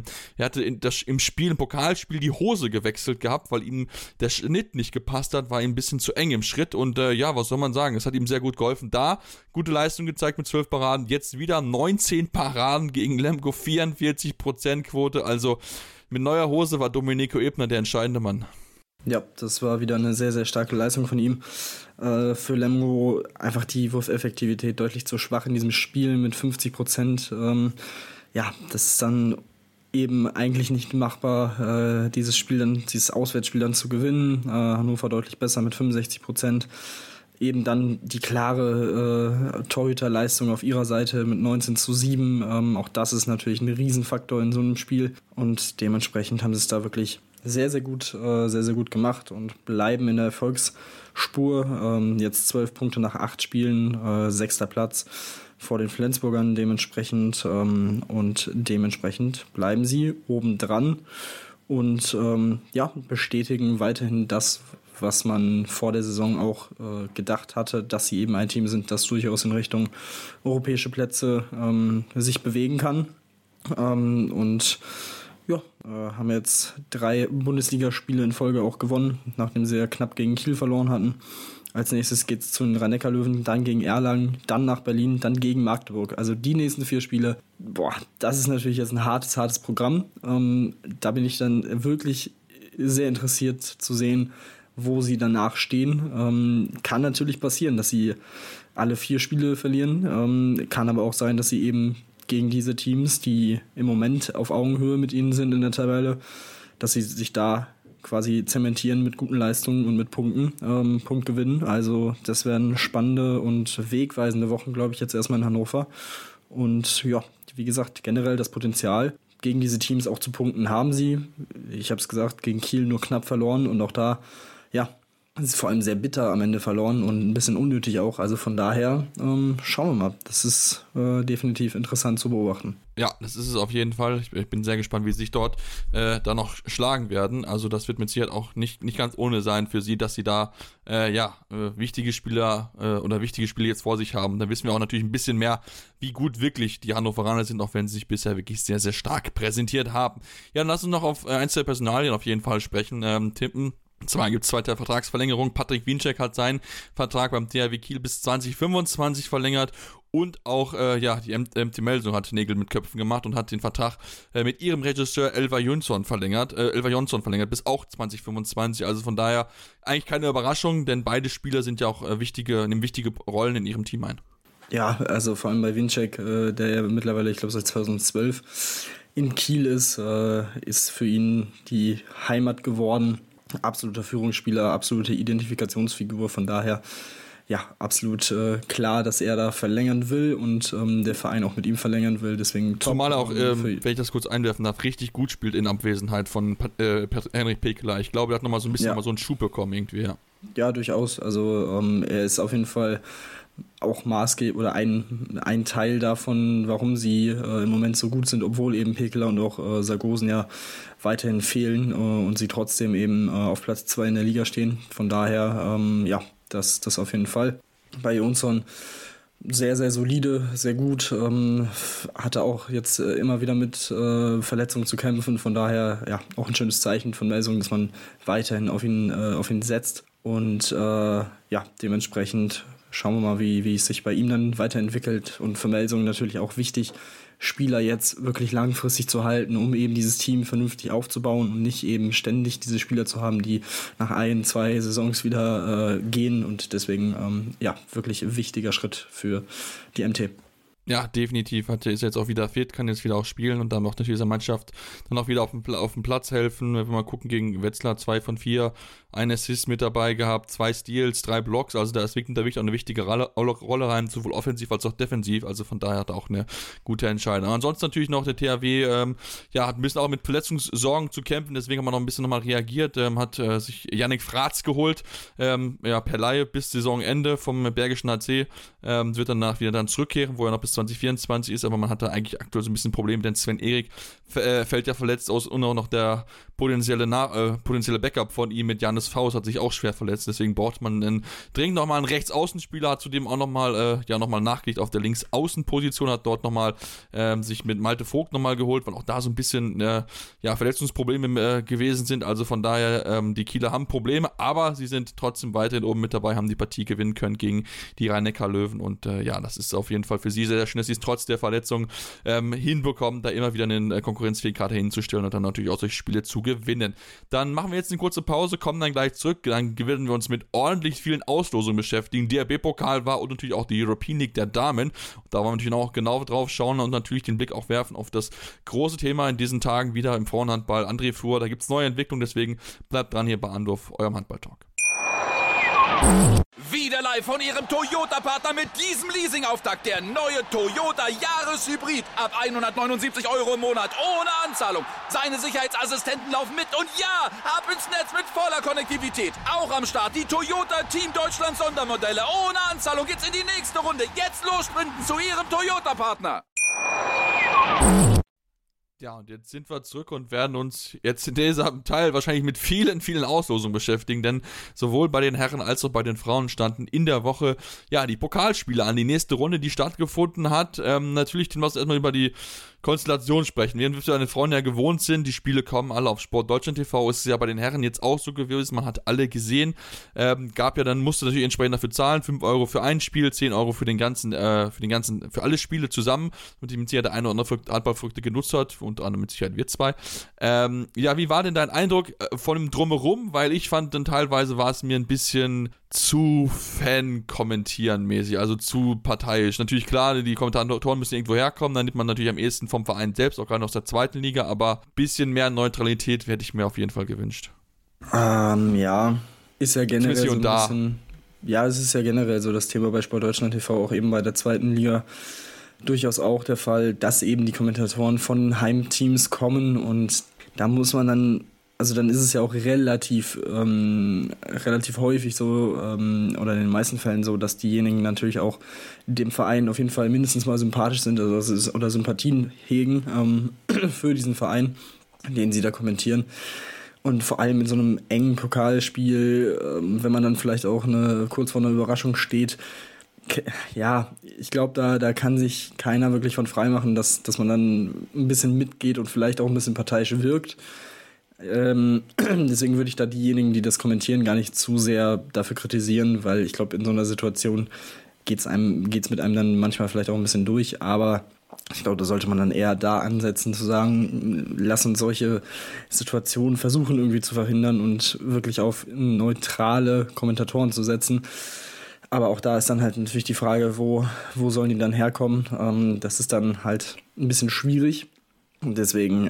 im Pokalspiel die Hose gewechselt gehabt, weil ihm der Schnitt nicht gepasst hat, war ihm ein bisschen zu eng im Schritt und was soll man sagen, es hat ihm sehr gut geholfen. Da gute Leistung gezeigt mit 12 Paraden, jetzt wieder 19 Paraden gegen Lemgo, 44% Quote, also mit neuer Hose war Domenico Ebner der entscheidende Mann. Ja, das war wieder eine sehr, sehr starke Leistung von ihm. Für Lemgo einfach die Wurfeffektivität deutlich zu schwach in diesem Spiel mit 50%. Das ist dann eben eigentlich nicht machbar, dieses Auswärtsspiel dann zu gewinnen. Hannover deutlich besser mit 65%. Eben dann die klare Torhüterleistung auf ihrer Seite mit 19-7. Auch das ist natürlich ein Riesenfaktor in so einem Spiel. Und dementsprechend haben sie es da wirklich sehr, sehr gut gemacht und bleiben in der Erfolgsspur. Jetzt 12 Punkte nach 8 Spielen, 6. Platz vor den Flensburgern dementsprechend. Und dementsprechend bleiben sie obendran. und bestätigen weiterhin das, was man vor der Saison auch gedacht hatte, dass sie eben ein Team sind, das durchaus in Richtung europäische Plätze sich bewegen kann. Haben jetzt 3 Bundesligaspiele in Folge auch gewonnen, nachdem sie ja knapp gegen Kiel verloren hatten. Als nächstes geht es zu den Rhein-Neckar-Löwen, dann gegen Erlangen, dann nach Berlin, dann gegen Magdeburg. Also die nächsten 4 Spiele, das ist natürlich jetzt ein hartes Programm. Da bin ich dann wirklich sehr interessiert zu sehen, wo sie danach stehen. Kann natürlich passieren, dass sie alle 4 Spiele verlieren. Kann aber auch sein, dass sie eben gegen diese Teams, die im Moment auf Augenhöhe mit ihnen sind in der Tabelle, dass sie sich da quasi zementieren mit guten Leistungen und mit Punkten, Punktgewinnen. Also das werden spannende und wegweisende Wochen, glaube ich, jetzt erstmal in Hannover. Und ja, wie gesagt, generell das Potenzial, gegen diese Teams auch zu punkten, haben sie. Ich habe es gesagt, gegen Kiel nur knapp verloren und auch da, es ist vor allem sehr bitter am Ende verloren und ein bisschen unnötig auch. Also von daher schauen wir mal. Das ist definitiv interessant zu beobachten. Ja, das ist es auf jeden Fall. Ich bin sehr gespannt, wie sie sich dort da noch schlagen werden. Also das wird mit Sicherheit auch nicht ganz ohne sein für sie, dass sie da wichtige Spieler oder wichtige Spiele jetzt vor sich haben. Da wissen wir auch natürlich ein bisschen mehr, wie gut wirklich die Hannoveraner sind, auch wenn sie sich bisher wirklich sehr, sehr stark präsentiert haben. Ja, dann lass uns noch auf einzelne Personalien auf jeden Fall sprechen, tippen. Zwar gibt es 2. Vertragsverlängerung. Patrick Wiencheck hat seinen Vertrag beim THW Kiel bis 2025 verlängert und auch die MT Melsung hat Nägel mit Köpfen gemacht und hat den Vertrag mit ihrem Regisseur Elva Jonsson verlängert bis auch 2025. Also von daher eigentlich keine Überraschung, denn beide Spieler sind ja auch nehmen wichtige Rollen in ihrem Team ein. Ja, also vor allem bei Wiencheck, der ja mittlerweile, ich glaube seit 2012 in Kiel ist für ihn die Heimat geworden. Absoluter Führungsspieler, absolute Identifikationsfigur, von daher absolut klar, dass er da verlängern will und der Verein auch mit ihm verlängern will, deswegen top. Zumal auch, wenn ich das kurz einwerfen darf, richtig gut spielt in Abwesenheit von Henrik Pekeler. Ich glaube, er hat nochmal so ein bisschen mal so einen Schub bekommen irgendwie, ja. Ja, durchaus, also er ist auf jeden Fall auch maßgeblich oder ein Teil davon, warum sie im Moment so gut sind, obwohl eben Pekeler und auch Sargosen ja weiterhin fehlen und sie trotzdem eben auf Platz 2 in der Liga stehen. Von daher, das auf jeden Fall. Bei Jonsson sehr, sehr solide, sehr gut, hatte auch jetzt immer wieder mit Verletzungen zu kämpfen. Von daher, auch ein schönes Zeichen von Melsung, dass man weiterhin auf ihn setzt und dementsprechend schauen wir mal, wie es sich bei ihm dann weiterentwickelt. Und für Melsung natürlich auch wichtig, Spieler jetzt wirklich langfristig zu halten, um eben dieses Team vernünftig aufzubauen und nicht eben ständig diese Spieler zu haben, die nach 1-2 Saisons wieder gehen. Und deswegen, wirklich wichtiger Schritt für die MT. Ja, definitiv. Ist jetzt auch wieder fit, kann jetzt wieder auch spielen und dann auch natürlich dieser Mannschaft dann auch wieder auf dem Platz helfen. Wenn wir mal gucken, gegen Wetzlar 2 von 4, ein Assist mit dabei gehabt, 2 Steals, 3 Blocks, also da ist wirklich auch eine wichtige Rolle rein, sowohl offensiv als auch defensiv, also von daher hat er auch eine gute Entscheidung. Aber ansonsten natürlich noch der THW, hat ein bisschen auch mit Verletzungssorgen zu kämpfen, deswegen haben wir noch ein bisschen nochmal reagiert, hat sich Yannick Fratz geholt, per Leihe bis Saisonende vom Bergischen HC, wird danach wieder dann zurückkehren, wo er noch bis 2024 ist, aber man hatte eigentlich aktuell so ein bisschen Probleme, denn Sven Erik fällt ja verletzt aus und auch noch der potenzielle Backup von ihm mit Janis Faust hat sich auch schwer verletzt, deswegen braucht man dringend nochmal einen Rechtsaußenspieler, hat zudem auch nochmal nachgelegt auf der Linksaußenposition, hat dort nochmal sich mit Malte Vogt nochmal geholt, weil auch da so ein bisschen Verletzungsprobleme gewesen sind, also von daher die Kieler haben Probleme, aber sie sind trotzdem weiterhin oben mit dabei, haben die Partie gewinnen können gegen die Rhein-Neckar-Löwen und das ist auf jeden Fall für sie sehr, sehr schön, dass sie es trotz der Verletzung hinbekommen, da immer wieder einen konkurrenzfähigen Kader hinzustellen und dann natürlich auch solche Spiele zu gewinnen. Dann machen wir jetzt eine kurze Pause, kommen dann gleich zurück, dann werden wir uns mit ordentlich vielen Auslosungen beschäftigen. DRB-Pokal war und natürlich auch die European League der Damen. Da wollen wir natürlich auch genau drauf schauen und natürlich den Blick auch werfen auf das große Thema in diesen Tagen wieder im Frauenhandball. André Fuhr, da gibt es neue Entwicklungen, deswegen bleibt dran hier bei Anwurf, eurem Handball-Talk. Wieder live von Ihrem Toyota-Partner mit diesem Leasing-Auftakt. Der neue Toyota Jahreshybrid. Ab 179 € im Monat. Ohne Anzahlung. Seine Sicherheitsassistenten laufen mit. Und ja, ab ins Netz mit voller Konnektivität. Auch am Start die Toyota Team Deutschland Sondermodelle. Ohne Anzahlung geht's in die nächste Runde. Jetzt los sprinten zu Ihrem Toyota-Partner. Ja, und jetzt sind wir zurück und werden uns jetzt in diesem Teil wahrscheinlich mit vielen, vielen Auslosungen beschäftigen, denn sowohl bei den Herren als auch bei den Frauen standen in der Woche, ja, die Pokalspiele an, die nächste Runde, die stattgefunden hat. Natürlich können wir erstmal über die Konstellation sprechen. Während wir bei den Frauen ja gewohnt sind, die Spiele kommen alle auf Sport Deutschland TV, ist es ja bei den Herren jetzt auch so gewesen, man hat alle gesehen, musste natürlich entsprechend dafür zahlen, 5 Euro für ein Spiel, 10 Euro für für alle Spiele zusammen, mit dem Sicherheit der eine oder andere Handballverrückte genutzt hat, unter anderem mit Sicherheit wir zwei. Ja, wie war denn dein Eindruck von dem Drumherum? Weil ich fand, dann teilweise war es mir ein bisschen zu Fan-kommentieren-mäßig, also zu parteiisch. Natürlich klar, die Kommentatoren müssen irgendwo herkommen, dann nimmt man natürlich am ehesten vom Verein selbst, auch gerade aus der zweiten Liga, aber ein bisschen mehr Neutralität hätte ich mir auf jeden Fall gewünscht. Ja, ist ja generell so ein bisschen... Ja, es ist ja generell so das Thema bei Sport Deutschland TV, auch eben bei der zweiten Liga durchaus auch der Fall, dass eben die Kommentatoren von Heimteams kommen und da muss man dann... Also dann ist es ja auch relativ häufig so, oder in den meisten Fällen so, dass diejenigen natürlich auch dem Verein auf jeden Fall mindestens mal sympathisch sind oder Sympathien hegen für diesen Verein, den sie da kommentieren. Und vor allem in so einem engen Pokalspiel, wenn man dann vielleicht auch kurz vor einer Überraschung steht, ja, ich glaube, da kann sich keiner wirklich von frei machen, dass man dann ein bisschen mitgeht und vielleicht auch ein bisschen parteiisch wirkt. Deswegen würde ich da diejenigen, die das kommentieren, gar nicht zu sehr dafür kritisieren, weil ich glaube, in so einer Situation geht's mit einem dann manchmal vielleicht auch ein bisschen durch, aber ich glaube, da sollte man dann eher da ansetzen, zu sagen, lass uns solche Situationen versuchen irgendwie zu verhindern und wirklich auf neutrale Kommentatoren zu setzen. Aber auch da ist dann halt natürlich die Frage, wo sollen die dann herkommen? Das ist dann halt ein bisschen schwierig. Und deswegen,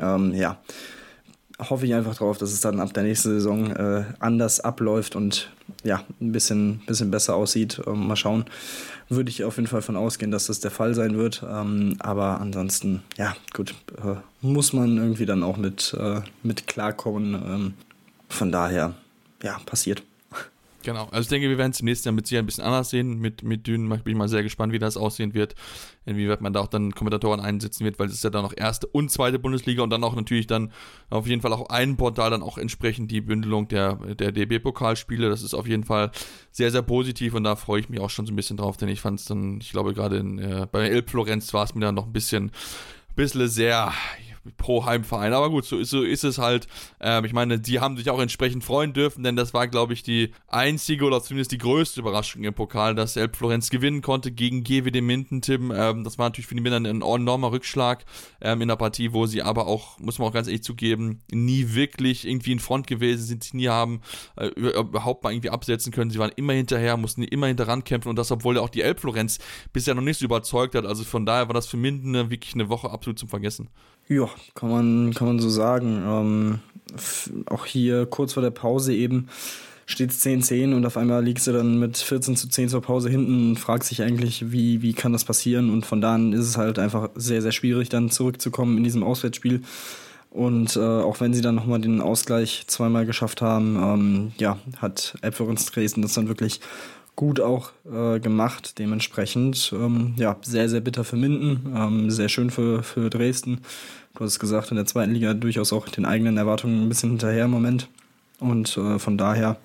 hoffe ich einfach drauf, dass es dann ab der nächsten Saison anders abläuft und ja, ein bisschen besser aussieht. Mal schauen. Würde ich auf jeden Fall von ausgehen, dass das der Fall sein wird. Aber ansonsten, ja, gut, muss man irgendwie dann auch mit klarkommen. Von daher, ja, passiert. Genau, also ich denke, wir werden es im nächsten Jahr mit Sicherheit ein bisschen anders sehen. Mit Dünen bin ich mal sehr gespannt, wie das aussehen wird. Inwieweit man da auch dann Kommentatoren einsetzen wird, weil es ist ja dann noch erste und zweite Bundesliga und dann auch natürlich dann auf jeden Fall auch ein Portal, dann auch entsprechend die Bündelung der DB-Pokalspiele. Das ist auf jeden Fall sehr, sehr positiv und da freue ich mich auch schon so ein bisschen drauf, denn ich fand es dann, ich glaube gerade bei Elbflorenz war es mir dann noch ein bisschen sehr pro Heimverein, aber gut, so ist es halt. Ich meine, die haben sich auch entsprechend freuen dürfen, denn das war, glaube ich, die einzige oder zumindest die größte Überraschung im Pokal, dass Elbflorenz gewinnen konnte gegen GWD Minden, Tim. Das war natürlich für die Männer ein enormer Rückschlag in der Partie, wo sie aber auch, muss man auch ganz ehrlich zugeben, nie wirklich irgendwie in Front gewesen sind, sie nie haben überhaupt mal irgendwie absetzen können. Sie waren immer hinterher, mussten immer hinterran kämpfen und das, obwohl auch die Elbflorenz bisher noch nicht so überzeugt hat. Also von daher war das für Minden wirklich eine Woche absolut zum Vergessen. Ja, kann man so sagen. Auch hier kurz vor der Pause eben steht es 10-10 und auf einmal liegst du dann mit 14-10 zur Pause hinten und fragst dich eigentlich, wie kann das passieren? Und von da an ist es halt einfach sehr, sehr schwierig, dann zurückzukommen in diesem Auswärtsspiel. Und auch wenn sie dann nochmal den Ausgleich zweimal geschafft haben, hat Elbflorenz Dresden das dann wirklich gut auch gemacht, dementsprechend sehr, sehr bitter für Minden, sehr schön für Dresden. Du hast es gesagt, in der zweiten Liga durchaus auch den eigenen Erwartungen ein bisschen hinterher im Moment und von daher,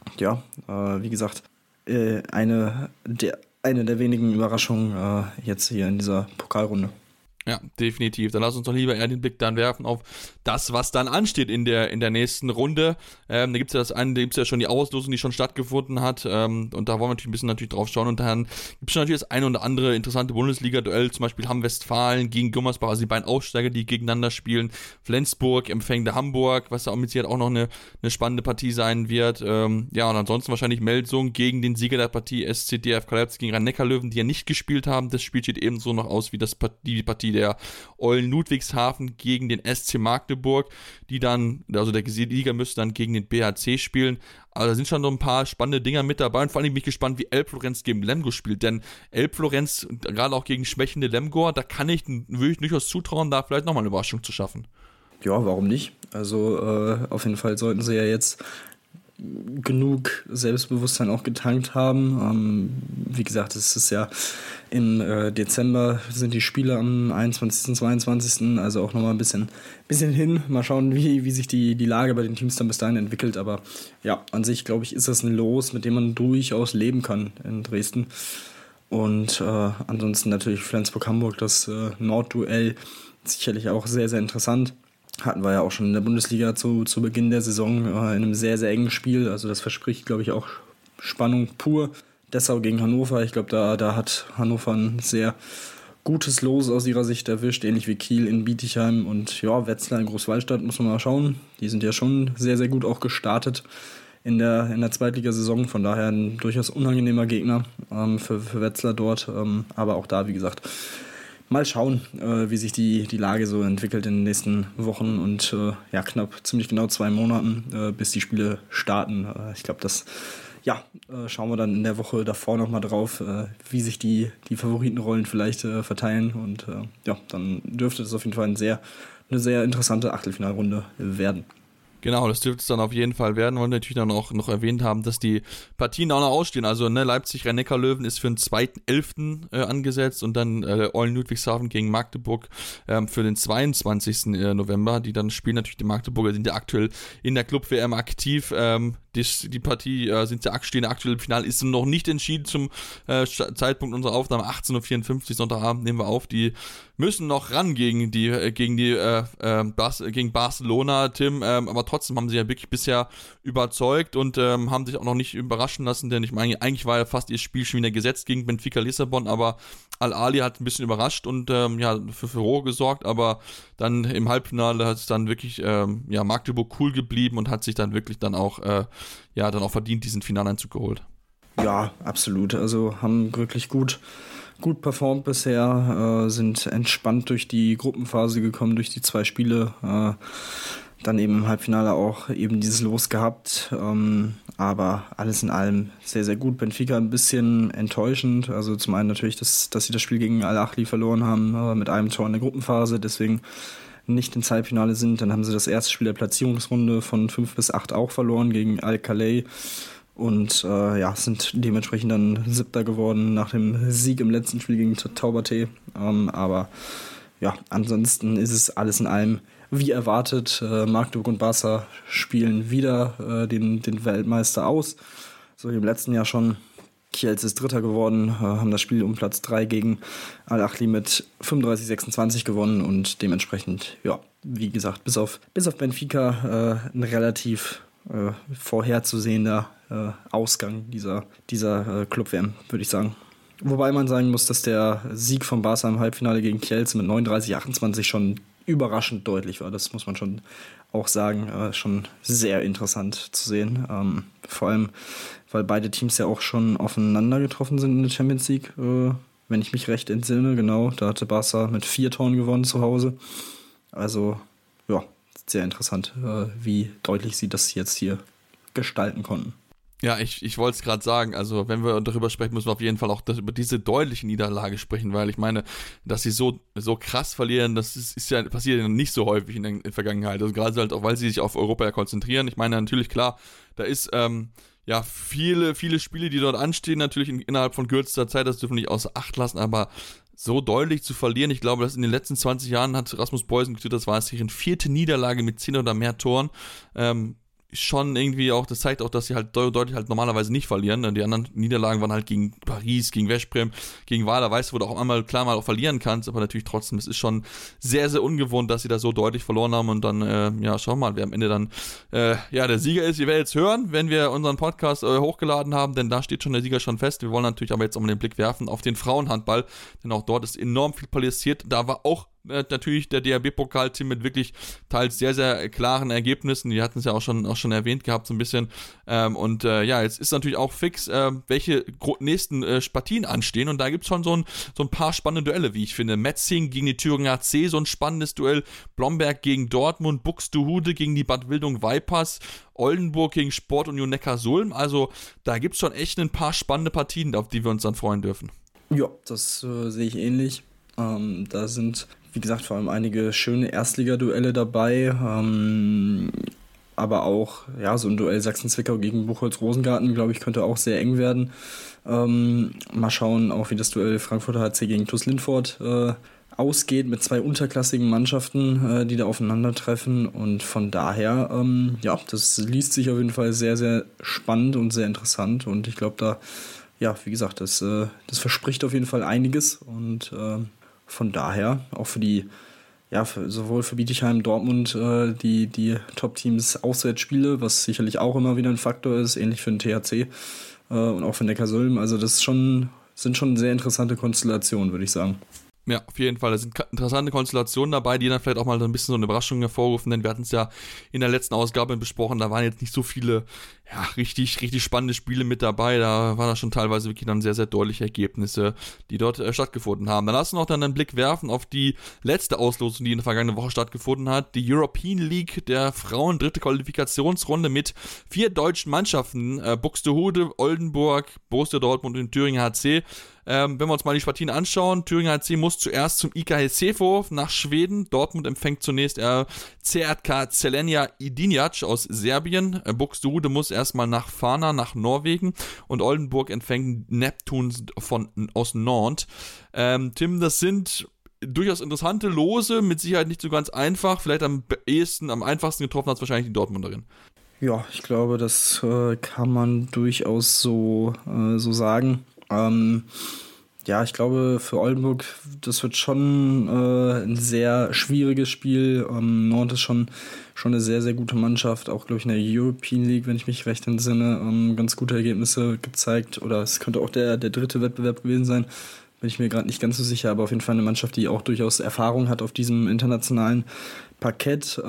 wie gesagt, eine der wenigen Überraschungen jetzt hier in dieser Pokalrunde. Ja, definitiv. Dann lass uns doch lieber eher den Blick dann werfen auf das, was dann ansteht in der nächsten Runde. Da gibt's ja schon die Auslosung, die schon stattgefunden hat. Und da wollen wir natürlich ein bisschen drauf schauen. Und dann gibt's schon natürlich das eine oder andere interessante Bundesliga-Duell. Zum Beispiel Hamm-Westfalen gegen Gummersbach, also die beiden Aufsteiger, die gegeneinander spielen. Flensburg empfängt Hamburg, was da auch mit Sicherheit auch noch eine spannende Partie sein wird. Und ansonsten wahrscheinlich Melsung gegen den Sieger der Partie SCDF Leipzig gegen Rhein-Neckar-Löwen, die ja nicht gespielt haben. Das Spiel steht ebenso noch aus wie die Partie der Eulen Ludwigshafen gegen den SC Magdeburg, die dann, also der Sieger müsste dann gegen den BHC spielen. Also da sind schon so ein paar spannende Dinger mit dabei und vor allem bin ich gespannt, wie Elbflorenz gegen Lemgo spielt, denn Elbflorenz, gerade auch gegen schwächende Lemgo, da würde ich durchaus zutrauen, da vielleicht nochmal eine Überraschung zu schaffen. Ja, warum nicht? Also auf jeden Fall sollten sie ja jetzt genug Selbstbewusstsein auch getankt haben. Wie gesagt, es ist ja im Dezember sind die Spiele am 21., 22., also auch nochmal ein bisschen hin. Mal schauen, wie sich die Lage bei den Teams dann bis dahin entwickelt. Aber ja, an sich, glaube ich, ist das ein Los, mit dem man durchaus leben kann in Dresden. Und ansonsten natürlich Flensburg-Hamburg, das Nordduell, sicherlich auch sehr, sehr interessant. Hatten wir ja auch schon in der Bundesliga zu Beginn der Saison in einem sehr, sehr engen Spiel. Also das verspricht, glaube ich, auch Spannung pur. Dessau gegen Hannover. Ich glaube, da hat Hannover ein sehr gutes Los aus ihrer Sicht erwischt, ähnlich wie Kiel in Bietigheim und ja, Wetzlar in Großwallstadt, muss man mal schauen. Die sind ja schon sehr, sehr gut auch gestartet in der Zweitligasaison. Von daher ein durchaus unangenehmer Gegner für Wetzlar dort. Aber auch da, wie gesagt, mal schauen, wie sich die Lage so entwickelt in den nächsten Wochen und ziemlich genau 2 Monaten, bis die Spiele starten. Ich glaube, schauen wir dann in der Woche davor nochmal drauf, wie sich die Favoritenrollen vielleicht verteilen. Und dann dürfte das auf jeden Fall eine sehr interessante Achtelfinalrunde werden. Genau, das dürfte es dann auf jeden Fall werden. Wollen wir natürlich dann auch noch erwähnt haben, dass die Partien auch noch ausstehen. Also Leipzig, Rhein-Neckar-Löwen ist für den 2.11. Angesetzt und dann Eulen Ludwigshafen gegen Magdeburg für den 22. November. Die dann spielen natürlich, die Magdeburger sind ja aktuell in der Club-WM aktiv. Die Partie stehen aktuell im Finale, ist noch nicht entschieden zum Zeitpunkt unserer Aufnahme. 18.54 Uhr Sonntagabend nehmen wir auf. Die müssen noch ran gegen Barcelona, Tim, aber trotzdem haben sie ja wirklich bisher überzeugt und haben sich auch noch nicht überraschen lassen, denn ich meine, eigentlich war ja fast ihr Spiel schon wieder gesetzt gegen Benfica Lissabon, aber Al-Ahly hat ein bisschen überrascht und für Furore gesorgt, aber dann im Halbfinale hat es dann wirklich Magdeburg cool geblieben und hat sich dann wirklich dann auch verdient diesen Finaleinzug geholt. Ja, absolut. Also haben wirklich gut performt bisher, sind entspannt durch die Gruppenphase gekommen, durch die 2 Spiele, dann eben im Halbfinale auch eben dieses Los gehabt, aber alles in allem sehr, sehr gut. Benfica ein bisschen enttäuschend, also zum einen natürlich, dass sie das Spiel gegen Al-Ahly verloren haben, mit einem Tor in der Gruppenphase, deswegen nicht ins Halbfinale sind. Dann haben sie das erste Spiel der Platzierungsrunde von 5 bis 8 auch verloren gegen Al-Khalei und sind dementsprechend dann 7. geworden nach dem Sieg im letzten Spiel gegen Taubaté. Aber ja, ansonsten ist es alles in allem wie erwartet. Magdeburg und Barca spielen wieder den Weltmeister aus. So wie im letzten Jahr schon. Kielce ist 3. geworden, haben das Spiel um Platz 3 gegen Al-Ahly mit 35-26 gewonnen und dementsprechend, wie gesagt, bis auf Benfica ein relativ vorherzusehender Ausgang dieser Club-WM, würde ich sagen. Wobei man sagen muss, dass der Sieg von Barca im Halbfinale gegen Kielce mit 39-28 schon überraschend deutlich war. Das muss man schon auch sagen. Schon sehr interessant zu sehen. Vor allem, weil beide Teams ja auch schon aufeinander getroffen sind in der Champions League. Wenn ich mich recht entsinne, genau. Da hatte Barca mit 4 Toren gewonnen zu Hause. Also, sehr interessant, wie deutlich sie das jetzt hier gestalten konnten. Ja, ich wollte es gerade sagen, also wenn wir darüber sprechen, müssen wir auf jeden Fall auch über diese deutliche Niederlage sprechen, weil ich meine, dass sie so krass verlieren, das passiert ja nicht so häufig in der Vergangenheit, also gerade halt auch, weil sie sich auf Europa ja konzentrieren. Ich meine, natürlich, klar, da ist viele Spiele, die dort anstehen, natürlich innerhalb von kürzester Zeit, das dürfen wir nicht außer Acht lassen, aber so deutlich zu verlieren, ich glaube, dass in den letzten 20 Jahren hat Rasmus Boysen getwittert, das war es ihre 4. Niederlage mit 10 oder mehr Toren, schon irgendwie auch, das zeigt auch, dass sie halt deutlich halt normalerweise nicht verlieren. Die anderen Niederlagen waren halt gegen Paris, gegen Westbrem, gegen Weiler, weißt du, wo du auch einmal klar mal auch verlieren kannst, aber natürlich trotzdem, es ist schon sehr, sehr ungewohnt, dass sie da so deutlich verloren haben und dann, schauen wir mal, wer am Ende dann, der Sieger ist. Ihr werdet jetzt hören, wenn wir unseren Podcast hochgeladen haben, denn da steht schon der Sieger schon fest. Wir wollen natürlich aber jetzt auch mal den Blick werfen auf den Frauenhandball, denn auch dort ist enorm viel passiert. Da war auch natürlich der DHB-Pokal-Team mit wirklich teils sehr, sehr klaren Ergebnissen. Die hatten es ja auch schon erwähnt gehabt, so ein bisschen. Jetzt ist natürlich auch fix, welche nächsten Partien anstehen. Und da gibt es schon so ein paar spannende Duelle, wie ich finde. Metzing gegen die Thüringer AC, so ein spannendes Duell. Blomberg gegen Dortmund, Buxtehude gegen die Bad Wildung Vipers, Oldenburg gegen Sportunion Neckarsulm. Also da gibt es schon echt ein paar spannende Partien, auf die wir uns dann freuen dürfen. Ja, das sehe ich ähnlich. Da sind, wie gesagt, vor allem einige schöne Erstligaduelle dabei. aber auch so ein Duell Sachsen-Zwickau gegen Buchholz-Rosengarten, glaube ich, könnte auch sehr eng werden. Mal schauen, auch wie das Duell Frankfurter HC gegen TuS Lindfort ausgeht mit 2 unterklassigen Mannschaften, die da aufeinandertreffen. Und von daher, das liest sich auf jeden Fall sehr, sehr spannend und sehr interessant. Und ich glaube, da, wie gesagt, das verspricht auf jeden Fall einiges. Und von daher auch für die, sowohl für Bietigheim, Dortmund, die Top-Teams Auswärtsspiele, was sicherlich auch immer wieder ein Faktor ist, ähnlich für den THC und auch für Neckarsulm. Also das sind schon sehr interessante Konstellationen, würde ich sagen. Ja, auf jeden Fall. Da sind interessante Konstellationen dabei, die dann vielleicht auch mal so ein bisschen so eine Überraschung hervorrufen, denn wir hatten es ja in der letzten Ausgabe besprochen, da waren jetzt nicht so viele richtig spannende Spiele mit dabei, da waren da schon teilweise wirklich dann sehr, sehr deutliche Ergebnisse, die dort stattgefunden haben. Dann lass uns noch dann einen Blick werfen auf die letzte Auslosung, die in der vergangenen Woche stattgefunden hat, die European League der Frauen, 3. Qualifikationsrunde mit 4 deutschen Mannschaften, Buxtehude, Oldenburg, Borussia Dortmund und Thüringer HC. Wenn wir uns mal die Partien anschauen, Thüringer HC muss zuerst zum IKH Seefo nach Schweden. Dortmund empfängt zunächst CRK Zelenia Idinjac aus Serbien. Buxtehude muss erstmal nach Fana, nach Norwegen. Und Oldenburg empfängt Neptuns aus Nantes. Tim, das sind durchaus interessante Lose, mit Sicherheit nicht so ganz einfach. Vielleicht am einfachsten getroffen hat es wahrscheinlich die Dortmunderin. Ja, ich glaube, das kann man durchaus so sagen. Ich glaube, für Oldenburg, das wird schon ein sehr schwieriges Spiel. Nantes ist schon eine sehr, sehr gute Mannschaft, auch, glaube ich, in der European League, wenn ich mich recht entsinne, ganz gute Ergebnisse gezeigt. Oder es könnte auch der 3. Wettbewerb gewesen sein, bin ich mir gerade nicht ganz so sicher, aber auf jeden Fall eine Mannschaft, die auch durchaus Erfahrung hat auf diesem internationalen Parkett.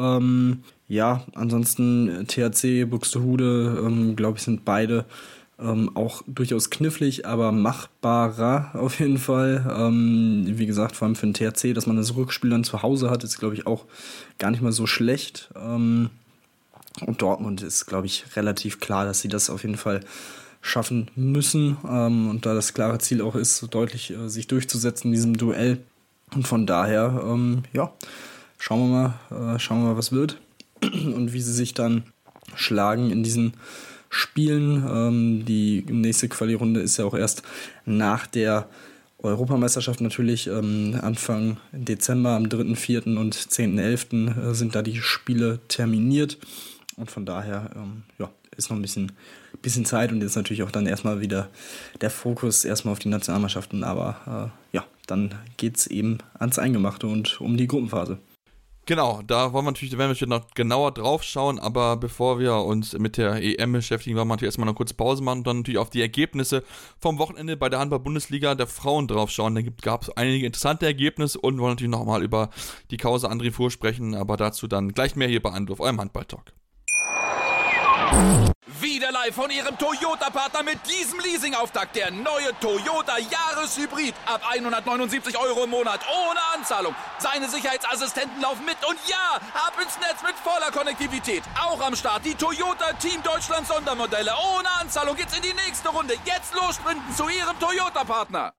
Ansonsten THC, Buxtehude, glaube ich, sind beide auch durchaus knifflig, aber machbarer auf jeden Fall. Wie gesagt, vor allem für den THC, dass man das Rückspiel dann zu Hause hat, ist, glaube ich, auch gar nicht mal so schlecht. Und Dortmund ist, glaube ich, relativ klar, dass sie das auf jeden Fall schaffen müssen. Und da das klare Ziel auch ist, deutlich sich durchzusetzen in diesem Duell. Und von daher, schauen wir mal, was wird und wie sie sich dann schlagen in diesen Spielen. Die nächste Quali-Runde ist ja auch erst nach der Europameisterschaft natürlich. Anfang Dezember, am 3., 4. und 10.11. sind da die Spiele terminiert. Und von daher ist noch ein bisschen Zeit und jetzt natürlich auch dann erstmal wieder der Fokus erstmal auf die Nationalmannschaften. Aber dann geht es eben ans Eingemachte und um die Gruppenphase. Genau, da werden wir natürlich noch genauer drauf schauen, aber bevor wir uns mit der EM beschäftigen, wollen wir natürlich erstmal eine kurze Pause machen und dann natürlich auf die Ergebnisse vom Wochenende bei der Handball-Bundesliga der Frauen drauf schauen. Da gab es einige interessante Ergebnisse und wollen natürlich nochmal über die Causa André Fuhr sprechen, aber dazu dann gleich mehr hier bei Anwurf, eurem Handball-Talk. Wieder live von Ihrem Toyota-Partner mit diesem Leasing-Auftakt. Der neue Toyota Jahreshybrid. Ab 179 € im Monat. Ohne Anzahlung. Seine Sicherheitsassistenten laufen mit. Und ja, ab ins Netz mit voller Konnektivität. Auch am Start die Toyota Team Deutschland Sondermodelle. Ohne Anzahlung geht's in die nächste Runde. Jetzt los sprinten zu Ihrem Toyota-Partner.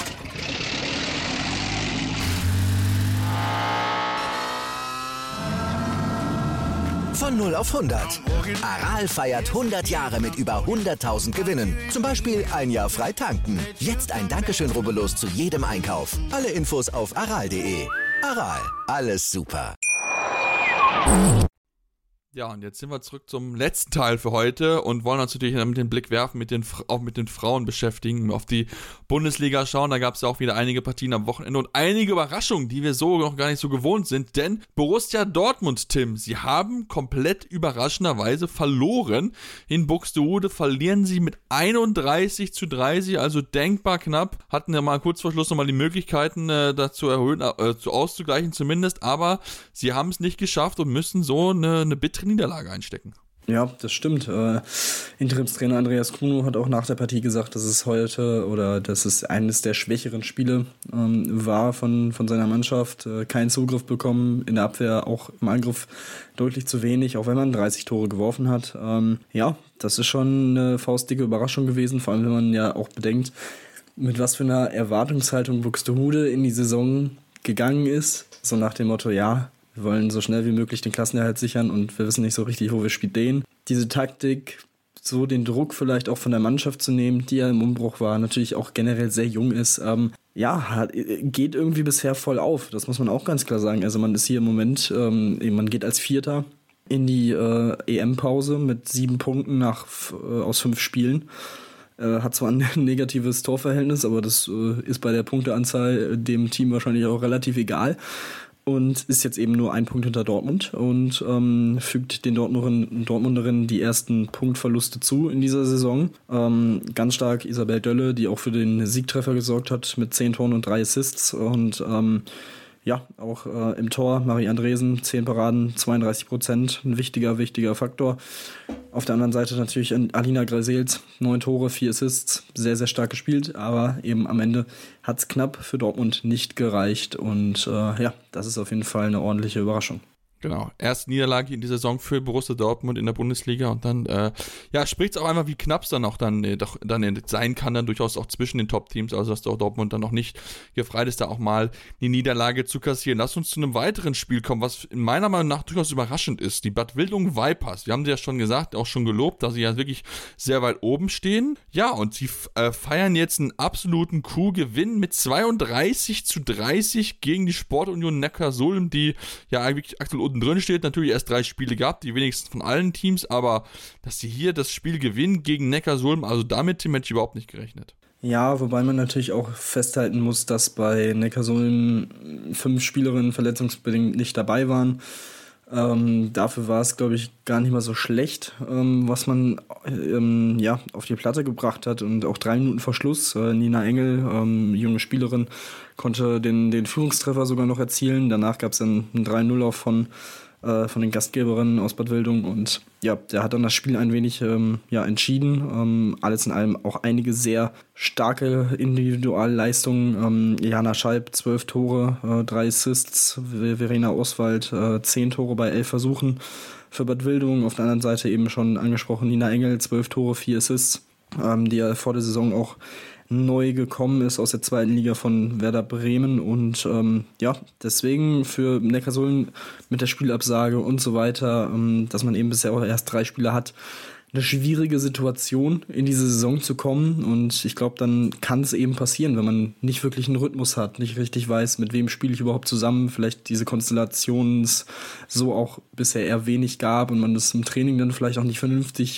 Von 0 auf 100. Aral feiert 100 Jahre mit über 100.000 Gewinnen. Zum Beispiel ein Jahr frei tanken. Jetzt ein Dankeschön, rubbellos zu jedem Einkauf. Alle Infos auf aral.de. Aral, alles super. Ja, und jetzt sind wir zurück zum letzten Teil für heute und wollen uns natürlich mit den Blick werfen, auch mit den Frauen beschäftigen, auf die Bundesliga schauen. Da gab es ja auch wieder einige Partien am Wochenende und einige Überraschungen, die wir so noch gar nicht so gewohnt sind. Denn Borussia Dortmund, Tim, sie haben komplett überraschenderweise verloren. In Buxtehude verlieren sie mit 31:30, also denkbar knapp. Hatten ja mal kurz vor Schluss nochmal die Möglichkeiten, dazu erhöhen, auszugleichen zumindest. Aber sie haben es nicht geschafft und müssen so eine bittere Niederlage einstecken. Ja, das stimmt. Interimstrainer Andreas Kuno hat auch nach der Partie gesagt, dass es eines der schwächeren Spiele war von seiner Mannschaft. Keinen Zugriff bekommen, in der Abwehr auch im Angriff deutlich zu wenig, auch wenn man 30 Tore geworfen hat. Das ist schon eine faustdicke Überraschung gewesen, vor allem wenn man ja auch bedenkt, mit was für einer Erwartungshaltung Buxtehude in die Saison gegangen ist. So nach dem Motto, Wir wollen so schnell wie möglich den Klassenerhalt sichern und wir wissen nicht so richtig, wo wir stehen. Diese Taktik, so den Druck vielleicht auch von der Mannschaft zu nehmen, die ja im Umbruch war, natürlich auch generell sehr jung ist, geht irgendwie bisher voll auf. Das muss man auch ganz klar sagen. Also man ist hier im Moment, man geht als Vierter in die EM-Pause mit 7 Punkten aus 5 Spielen. Hat zwar ein negatives Torverhältnis, aber das ist bei der Punkteanzahl dem Team wahrscheinlich auch relativ egal. Und ist jetzt eben nur 1 Punkt hinter Dortmund und fügt den Dortmunderinnen die ersten Punktverluste zu in dieser Saison. Ganz stark Isabel Dölle, die auch für den Siegtreffer gesorgt hat mit 10 Toren und 3 Assists. Und auch im Tor Marie Andresen, 10 Paraden, 32%, ein wichtiger Faktor. Auf der anderen Seite natürlich Alina Greisels, 9 Tore, 4 Assists, sehr, sehr stark gespielt, aber eben am Ende hat es knapp für Dortmund nicht gereicht und das ist auf jeden Fall eine ordentliche Überraschung. Genau, erste Niederlage in dieser Saison für Borussia Dortmund in der Bundesliga und dann spricht es auch einmal, wie knapp es dann auch dann sein kann, dann durchaus auch zwischen den Top-Teams, also dass auch Dortmund dann noch nicht gefreit ist, da auch mal die Niederlage zu kassieren. Lass uns zu einem weiteren Spiel kommen, was in meiner Meinung nach durchaus überraschend ist, die Bad Wildung Vipers. Wir haben sie ja schon gesagt, auch schon gelobt, dass sie ja wirklich sehr weit oben stehen. Ja, und sie feiern jetzt einen absoluten Coup-Gewinn mit 32:30 gegen die Sportunion Neckarsulm, die ja wirklich aktuell unten drin steht, natürlich erst 3 Spiele gehabt, die wenigsten von allen Teams, aber dass sie hier das Spiel gewinnen gegen Neckarsulm, also damit hätte ich überhaupt nicht gerechnet. Ja, wobei man natürlich auch festhalten muss, dass bei Neckarsulm 5 Spielerinnen verletzungsbedingt nicht dabei waren. Dafür war es, glaube ich, gar nicht mal so schlecht, was man auf die Platte gebracht hat. Und auch 3 Minuten vor Schluss, Nina Engel, junge Spielerin, konnte den Führungstreffer sogar noch erzielen. Danach gab es dann einen 3-0-Lauf von den Gastgeberinnen aus Bad Wildung. Und ja, der hat dann das Spiel ein wenig entschieden. Alles in allem auch einige sehr starke Individualleistungen. Jana Scheib, 12 Tore, 3 Assists. Verena Oswald, 10 Tore bei 11 Versuchen für Bad Wildung. Auf der anderen Seite eben schon angesprochen Nina Engel, 12 Tore, 4 Assists, die ja vor der Saison auch neu gekommen ist aus der 2. Liga von Werder Bremen und deswegen für Neckarsulm mit der Spielabsage und so weiter, dass man eben bisher auch erst 3 Spieler hat, eine schwierige Situation in diese Saison zu kommen und ich glaube, dann kann es eben passieren, wenn man nicht wirklich einen Rhythmus hat, nicht richtig weiß, mit wem spiele ich überhaupt zusammen, vielleicht diese Konstellationen so auch bisher eher wenig gab und man das im Training dann vielleicht auch nicht vernünftig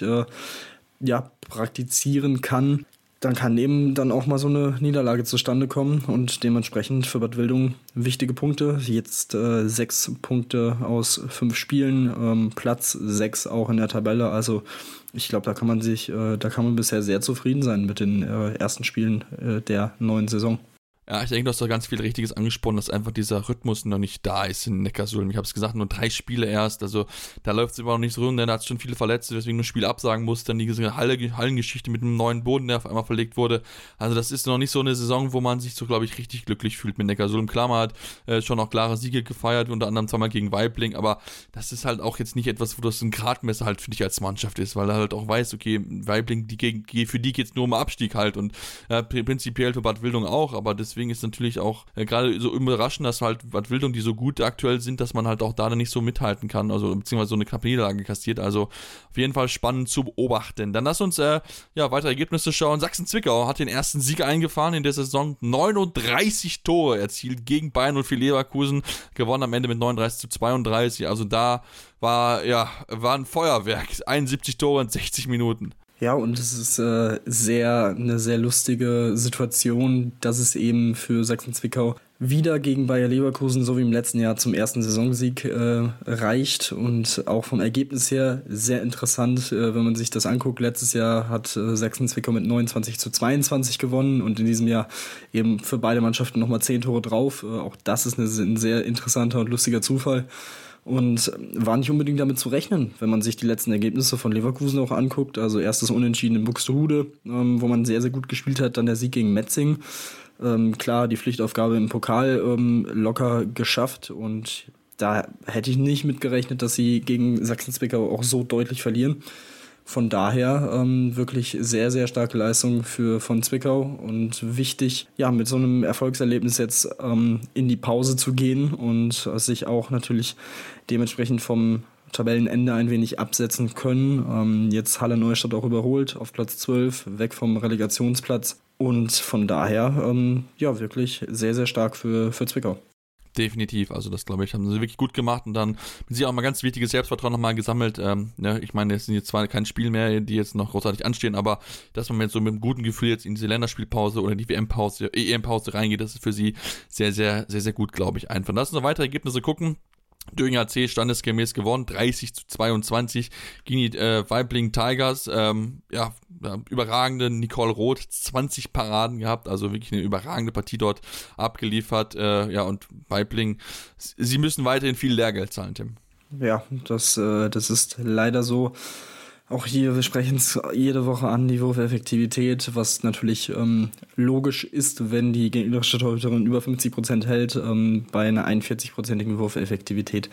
praktizieren kann. Dann kann eben dann auch mal so eine Niederlage zustande kommen und dementsprechend für Bad Wildung wichtige Punkte. Jetzt 6 Punkte aus 5 Spielen, Platz 6 auch in der Tabelle. Also ich glaube, da kann man bisher sehr zufrieden sein mit den ersten Spielen der neuen Saison. Ja, ich denke, du hast da ganz viel Richtiges angesprochen, dass einfach dieser Rhythmus noch nicht da ist in Neckarsulm. Ich habe es gesagt, nur 3 Spiele erst, also da läuft es immer noch nicht so rund, denn da hat es schon viele Verletzte, deswegen ein Spiel absagen musste, dann diese Hallengeschichte mit einem neuen Boden, der auf einmal verlegt wurde. Also das ist noch nicht so eine Saison, wo man sich so, glaube ich, richtig glücklich fühlt mit Neckarsulm. Klar, man hat schon auch klare Siege gefeiert, unter anderem zweimal gegen Weibling, aber das ist halt auch jetzt nicht etwas, wo das ein Gradmesser halt für dich als Mannschaft ist, weil er halt auch weiß, okay, Weibling, für die geht es nur um Abstieg halt und prinzipiell für Bad Wildung auch, aber deswegen ist natürlich auch gerade so überraschend, dass halt Bad Wildung, die so gut aktuell sind, dass man halt auch da dann nicht so mithalten kann, also beziehungsweise so eine knappe Niederlage kassiert, also auf jeden Fall spannend zu beobachten. Dann lass uns weitere Ergebnisse schauen. Sachsen-Zwickau hat den ersten Sieg eingefahren in der Saison, 39 Tore erzielt gegen Bayern und für Leverkusen, gewonnen am Ende mit 39:32, also da war ein Feuerwerk, 71 Tore in 60 Minuten. Ja, und es ist eine sehr lustige Situation, dass es eben für Sachsen-Zwickau wieder gegen Bayer Leverkusen, so wie im letzten Jahr, zum ersten Saisonsieg reicht und auch vom Ergebnis her sehr interessant, wenn man sich das anguckt. Letztes Jahr hat Sachsen-Zwickau mit 29:22 gewonnen und in diesem Jahr eben für beide Mannschaften nochmal 10 Tore drauf. Auch das ist ein sehr interessanter und lustiger Zufall. Und war nicht unbedingt damit zu rechnen, wenn man sich die letzten Ergebnisse von Leverkusen auch anguckt. Also erstes Unentschieden in Buxtehude, wo man sehr, sehr gut gespielt hat. Dann der Sieg gegen Metzing. Klar, die Pflichtaufgabe im Pokal locker geschafft. Und da hätte ich nicht mit gerechnet, dass sie gegen Sachsen-Zwickau auch so deutlich verlieren. Von daher wirklich sehr, sehr starke Leistung von Zwickau und wichtig, ja, mit so einem Erfolgserlebnis jetzt in die Pause zu gehen und sich auch natürlich dementsprechend vom Tabellenende ein wenig absetzen können. Jetzt Halle Neustadt auch überholt auf Platz 12, weg vom Relegationsplatz und von daher ja, wirklich sehr, sehr stark für Zwickau. Definitiv, also das glaube ich, haben sie wirklich gut gemacht und dann mit sich auch mal ganz wichtiges Selbstvertrauen nochmal gesammelt. Ich meine, es sind jetzt zwar kein Spiel mehr, die jetzt noch großartig anstehen, aber dass man mit so mit einem guten Gefühl jetzt in diese Länderspielpause oder die WM-Pause, EM-Pause reingeht, das ist für sie sehr, sehr, sehr, sehr gut, glaube ich, einfach. Lass uns noch weitere Ergebnisse gucken. Döring AC standesgemäß gewonnen, 30-22 gegen die Waibling Tigers. Überragende Nicole Roth, 20 Paraden gehabt, also wirklich eine überragende Partie dort abgeliefert. Und Waibling, sie müssen weiterhin viel Lehrgeld zahlen, Tim. Ja, das ist leider so. Auch hier, wir sprechen es jede Woche an, die Wurfeffektivität, was natürlich logisch ist, wenn die gegnerische Torhüterin über 50% hält. Bei einer 41%igen Wurfeffektivität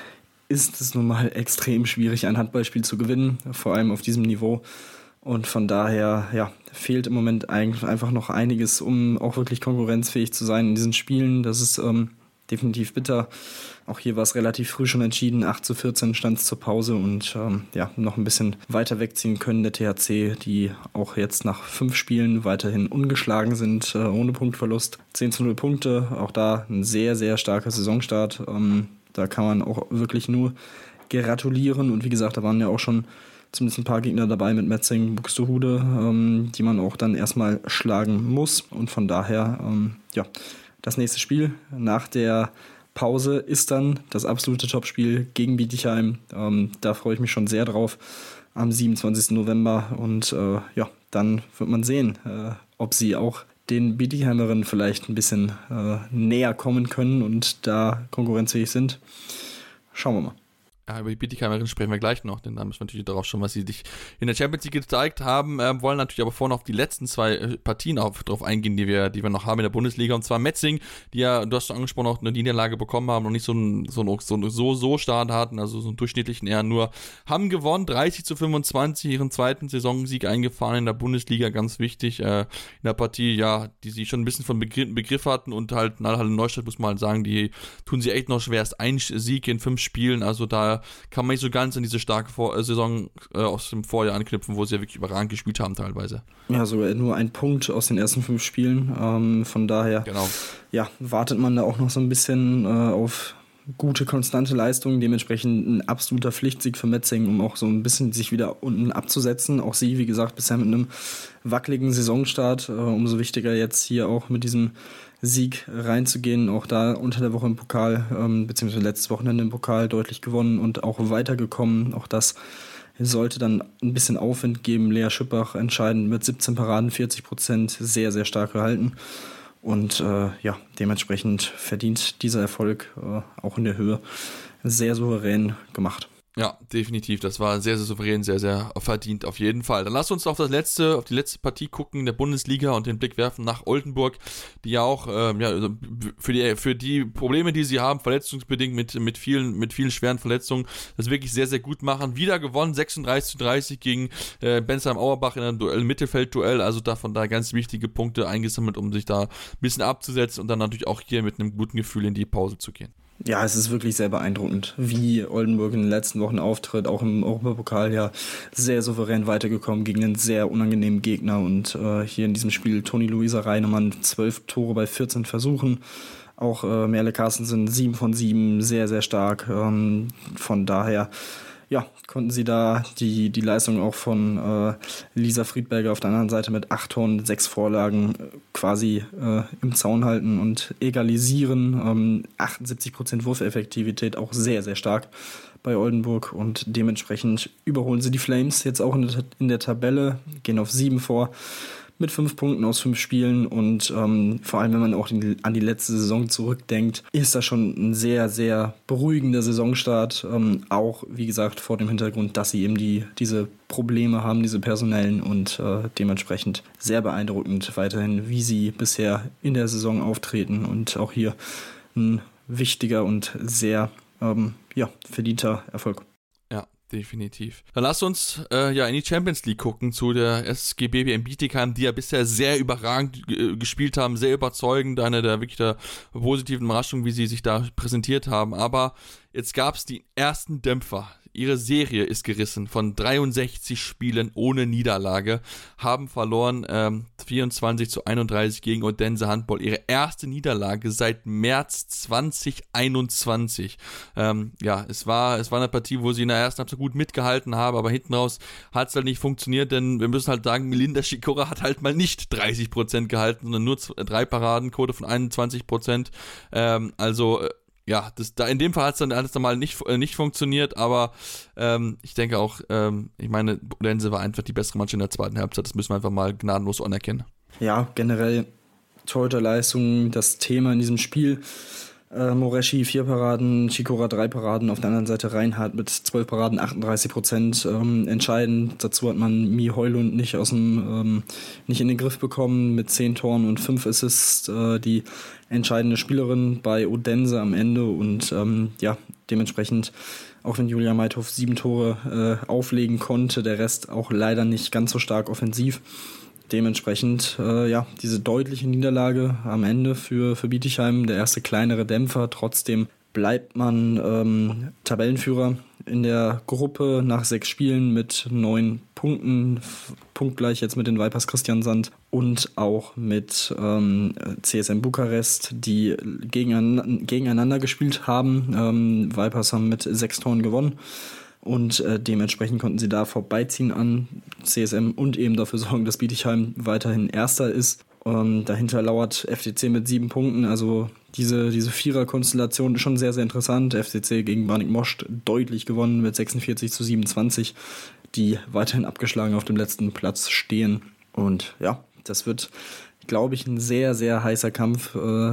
ist es nun mal extrem schwierig, ein Handballspiel zu gewinnen, vor allem auf diesem Niveau. Und von daher fehlt im Moment eigentlich einfach noch einiges, um auch wirklich konkurrenzfähig zu sein in diesen Spielen. Das ist definitiv bitter. Auch hier war es relativ früh schon entschieden, 8-14 stand es zur Pause und noch ein bisschen weiter wegziehen können der THC, die auch jetzt nach 5 Spielen weiterhin ungeschlagen sind, ohne Punktverlust. 10-0 Punkte, auch da ein sehr, sehr starker Saisonstart. Da kann man auch wirklich nur gratulieren und wie gesagt, da waren ja auch schon zumindest ein paar Gegner dabei mit Metzing, Buxtehude, die man auch dann erstmal schlagen muss und von daher, das nächste Spiel nach der Pause ist dann das absolute Topspiel gegen Bietigheim. Da freue ich mich schon sehr drauf am 27. November. Und dann wird man sehen, ob sie auch den Bietigheimerinnen vielleicht ein bisschen näher kommen können und da konkurrenzfähig sind. Schauen wir mal. Ja, über die Bietigheimerinnen sprechen wir gleich noch, denn da müssen wir natürlich darauf schauen, was sie sich in der Champions League gezeigt haben. Wollen natürlich aber vorher noch auf die letzten 2 Partien drauf eingehen, die wir noch haben in der Bundesliga. Und zwar Metzing, die ja, du hast schon angesprochen, auch eine Niederlage bekommen haben und nicht so Start hatten, also so einen durchschnittlichen eher nur, haben gewonnen, 30-25, ihren zweiten Saisonsieg eingefahren in der Bundesliga, ganz wichtig, in der Partie, die sie schon ein bisschen von Begriff hatten und halt Halle Neustadt, muss man halt sagen, die tun sie echt noch schwer, erst ein Sieg in 5 Spielen, also da kann man nicht so ganz an diese starke Saison aus dem Vorjahr anknüpfen, wo sie ja wirklich überragend gespielt haben teilweise. Ja, sogar nur ein Punkt aus den ersten 5 Spielen. Von daher wartet man da auch noch so ein bisschen auf gute, konstante Leistungen. Dementsprechend ein absoluter Pflichtsieg für Metzing, um auch so ein bisschen sich wieder unten abzusetzen. Auch sie, wie gesagt, bisher mit einem wackeligen Saisonstart. Umso wichtiger jetzt hier auch mit diesem Sieg reinzugehen, auch da unter der Woche im Pokal, beziehungsweise letztes Wochenende im Pokal deutlich gewonnen und auch weitergekommen. Auch das sollte dann ein bisschen Aufwind geben. Lea Schüppach entscheidend mit 17 Paraden, 40%, sehr, sehr stark gehalten. Und dementsprechend verdient dieser Erfolg auch in der Höhe sehr souverän gemacht. Ja, definitiv. Das war sehr, sehr souverän, sehr, sehr verdient auf jeden Fall. Dann lasst uns auf die letzte Partie gucken der Bundesliga und den Blick werfen nach Oldenburg, die ja auch für die Probleme, die sie haben, verletzungsbedingt mit vielen schweren Verletzungen, das wirklich sehr, sehr gut machen. Wieder gewonnen, 36-30 gegen Bensheim-Auerbach in einem Mittelfeldduell. Also davon da ganz wichtige Punkte eingesammelt, um sich da ein bisschen abzusetzen und dann natürlich auch hier mit einem guten Gefühl in die Pause zu gehen. Ja, es ist wirklich sehr beeindruckend, wie Oldenburg in den letzten Wochen auftritt, auch im Europapokal sehr souverän weitergekommen gegen einen sehr unangenehmen Gegner und hier in diesem Spiel Toni-Luisa Reinemann 12 Tore bei 14 Versuchen, auch Merle Carstensen 7 von 7, sehr, sehr stark, von daher konnten sie da die Leistung auch von Lisa Friedberger auf der anderen Seite mit 8 Toren, 6 Vorlagen quasi im Zaun halten und egalisieren. 78% Wurfeffektivität, auch sehr, sehr stark bei Oldenburg und dementsprechend überholen sie die Flames jetzt auch in der Tabelle, gehen auf 7 vor. Mit 5 Punkten aus 5 Spielen und vor allem, wenn man auch an die letzte Saison zurückdenkt, ist das schon ein sehr, sehr beruhigender Saisonstart. Auch, wie gesagt, vor dem Hintergrund, dass sie eben diese Probleme haben, diese personellen und dementsprechend sehr beeindruckend weiterhin, wie sie bisher in der Saison auftreten und auch hier ein wichtiger und sehr verdienter Erfolg. Ja, Definitiv. Dann lass uns in die Champions League gucken, zu der SG BBM Bietigheim, die ja bisher sehr überragend gespielt haben, sehr überzeugend, eine der wirklich der positiven Überraschungen, wie sie sich da präsentiert haben. Aber jetzt gab es die ersten Dämpfer. Ihre Serie ist gerissen von 63 Spielen ohne Niederlage, haben verloren 24-31 gegen Odense Handball. Ihre erste Niederlage seit März 2021. Es war eine Partie, wo sie in der ersten Halbzeit gut mitgehalten haben, aber hinten raus hat es halt nicht funktioniert, denn wir müssen halt sagen, Melinda Sikora hat halt mal nicht 30% gehalten, sondern nur 3 Paradenquote von 21%. In dem Fall hat es dann alles einmal nicht funktioniert, aber ich denke auch, Odense war einfach die bessere Mannschaft in der zweiten Halbzeit, das müssen wir einfach mal gnadenlos anerkennen. Ja, generell Torhüterleistung, das Thema in diesem Spiel. Moreschi 4 Paraden, Sikora 3 Paraden, auf der anderen Seite Reinhardt mit 12 Paraden, 38%. Entscheidend, dazu hat man Mi Heulund nicht in den Griff bekommen mit 10 Toren und 5 Assists, die entscheidende Spielerin bei Odense am Ende und dementsprechend, auch wenn Julia Meithof 7 Tore auflegen konnte, der Rest auch leider nicht ganz so stark offensiv. Dementsprechend, diese deutliche Niederlage am Ende für Bietigheim, der erste kleinere Dämpfer. Trotzdem bleibt man Tabellenführer in der Gruppe nach 6 Spielen mit 9 Punkten, punktgleich jetzt mit den Vipers Kristiansand und auch mit CSM Bukarest, die gegeneinander gespielt haben. Vipers haben mit 6 Toren gewonnen. Und dementsprechend konnten sie da vorbeiziehen an CSM und eben dafür sorgen, dass Bietigheim weiterhin Erster ist. Dahinter lauert FCC mit 7 Punkten. Also diese Vierer-Konstellation ist schon sehr, sehr interessant. FCC gegen Banik Most deutlich gewonnen mit 46-27, die weiterhin abgeschlagen auf dem letzten Platz stehen. Und ja, das wird, glaube ich, ein sehr, sehr heißer Kampf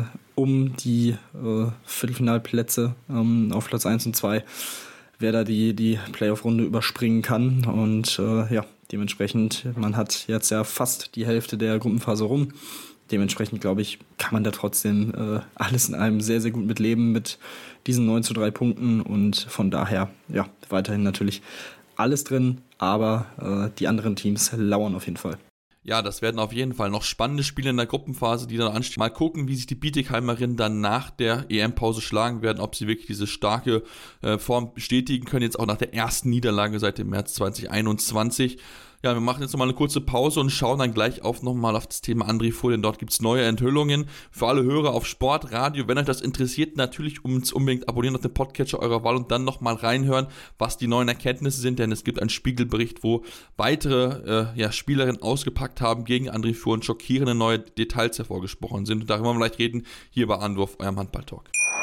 um die Viertelfinalplätze auf Platz 1 und 2. Wer da die Playoff-Runde überspringen kann. Und dementsprechend, man hat jetzt ja fast die Hälfte der Gruppenphase rum. Dementsprechend, glaube ich, kann man da trotzdem alles in einem sehr, sehr gut mitleben mit diesen 9-3 Punkten. Und von daher, weiterhin natürlich alles drin, aber die anderen Teams lauern auf jeden Fall. Ja, das werden auf jeden Fall noch spannende Spiele in der Gruppenphase, die dann anstehen. Mal gucken, wie sich die Bietigheimerinnen dann nach der EM-Pause schlagen werden, ob sie wirklich diese starke Form bestätigen können, jetzt auch nach der ersten Niederlage seit dem März 2021. Ja, wir machen jetzt nochmal eine kurze Pause und schauen dann gleich nochmal auf das Thema André Fuhr, denn dort gibt es neue Enthüllungen für alle Hörer auf Sportradio. Wenn euch das interessiert, natürlich unbedingt abonnieren auf den Podcatcher eurer Wahl und dann nochmal reinhören, was die neuen Erkenntnisse sind, denn es gibt einen Spiegelbericht, wo weitere Spielerinnen ausgepackt haben gegen André Fuhr und schockierende neue Details hervorgesprochen sind. Und darüber wollen wir gleich reden, hier bei Anwurf, eurem Handball-Talk.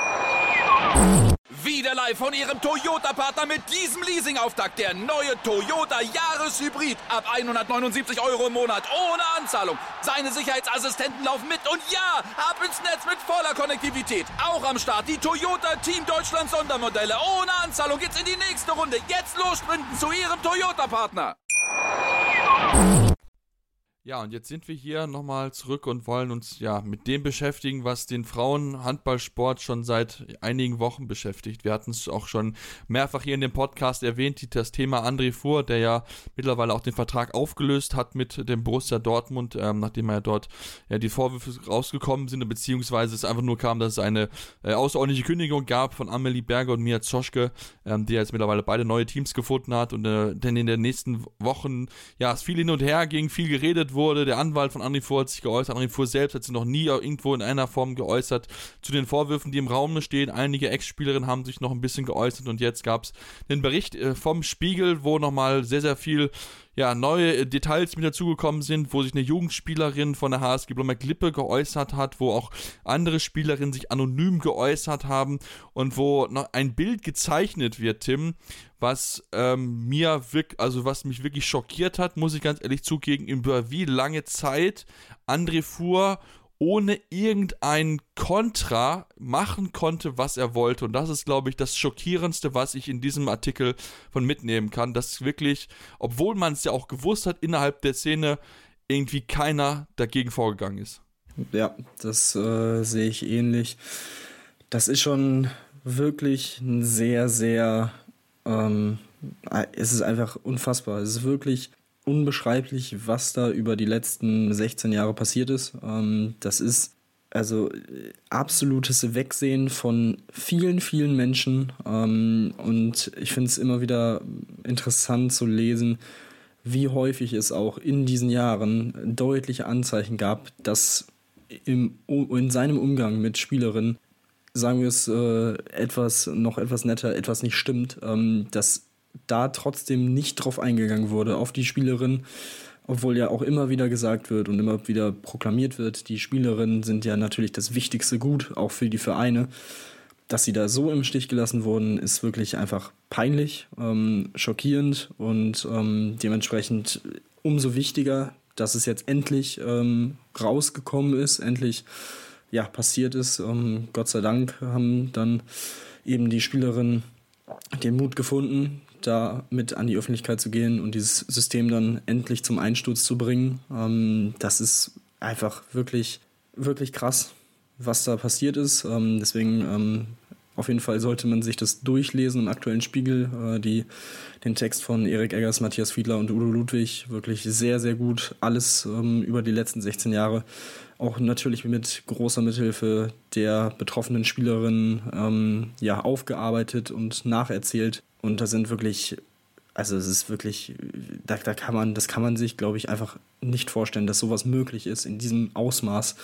Wieder live von Ihrem Toyota-Partner mit diesem Leasing-Auftakt. Der neue Toyota Jahreshybrid. Ab 179 € im Monat. Ohne Anzahlung. Seine Sicherheitsassistenten laufen mit. Und ja, ab ins Netz mit voller Konnektivität. Auch am Start die Toyota Team Deutschland Sondermodelle. Ohne Anzahlung geht's in die nächste Runde. Jetzt los sprinten zu Ihrem Toyota-Partner. Ja, und jetzt sind wir hier nochmal zurück und wollen uns mit dem beschäftigen, was den Frauenhandballsport schon seit einigen Wochen beschäftigt. Wir hatten es auch schon mehrfach hier in dem Podcast erwähnt, das Thema André Fuhr, der ja mittlerweile auch den Vertrag aufgelöst hat mit dem Borussia Dortmund, nachdem er dort die Vorwürfe rausgekommen sind, beziehungsweise es einfach nur kam, dass es eine außerordentliche Kündigung gab von Amelie Berger und Mia Zoschke, die jetzt mittlerweile beide neue Teams gefunden hat und denn in den nächsten Wochen es viel hin und her ging, viel geredet wurde. Der Anwalt von André Fuhr hat sich geäußert. André Fuhr selbst hat sich noch nie irgendwo in einer Form geäußert zu den Vorwürfen, die im Raum stehen. Einige Ex-Spielerinnen haben sich noch ein bisschen geäußert und jetzt gab es den Bericht vom Spiegel, wo nochmal sehr, sehr viel neue Details mit dazugekommen sind, wo sich eine Jugendspielerin von der HSG Blomberg-Lippe geäußert hat, wo auch andere Spielerinnen sich anonym geäußert haben und wo noch ein Bild gezeichnet wird, Tim, was was mich wirklich schockiert hat, muss ich ganz ehrlich zugeben, über wie lange Zeit André Fuhr ohne irgendein Kontra machen konnte, was er wollte. Und das ist, glaube ich, das Schockierendste, was ich in diesem Artikel von mitnehmen kann, dass wirklich, obwohl man es ja auch gewusst hat, innerhalb der Szene irgendwie keiner dagegen vorgegangen ist. Ja, das sehe ich ähnlich. Das ist schon wirklich ein sehr, sehr es ist einfach unfassbar. Es ist wirklich unbeschreiblich, was da über die letzten 16 Jahre passiert ist. Das ist also absolutes Wegsehen von vielen, vielen Menschen. Und ich finde es immer wieder interessant zu lesen, wie häufig es auch in diesen Jahren deutliche Anzeichen gab, dass in seinem Umgang mit Spielerinnen, sagen wir es etwas netter, etwas nicht stimmt, dass da trotzdem nicht drauf eingegangen wurde, auf die Spielerin, obwohl ja auch immer wieder gesagt wird und immer wieder proklamiert wird, die Spielerinnen sind ja natürlich das wichtigste Gut, auch für die Vereine. Dass sie da so im Stich gelassen wurden, ist wirklich einfach peinlich, schockierend und dementsprechend umso wichtiger, dass es jetzt endlich rausgekommen ist, endlich passiert ist. Gott sei Dank haben dann eben die Spielerinnen den Mut gefunden, da mit an die Öffentlichkeit zu gehen und dieses System dann endlich zum Einsturz zu bringen. Das ist einfach wirklich, wirklich krass, was da passiert ist. Deswegen auf jeden Fall sollte man sich das durchlesen im aktuellen Spiegel. Den Text von Erik Eggers, Matthias Fiedler und Udo Ludwig. Wirklich sehr, sehr gut. Alles über die letzten 16 Jahre. Auch natürlich mit großer Mithilfe der betroffenen Spielerinnen aufgearbeitet und nacherzählt. Und da sind wirklich, also es ist wirklich, das kann man sich, glaube ich, einfach nicht vorstellen, dass sowas möglich ist in diesem Ausmaß.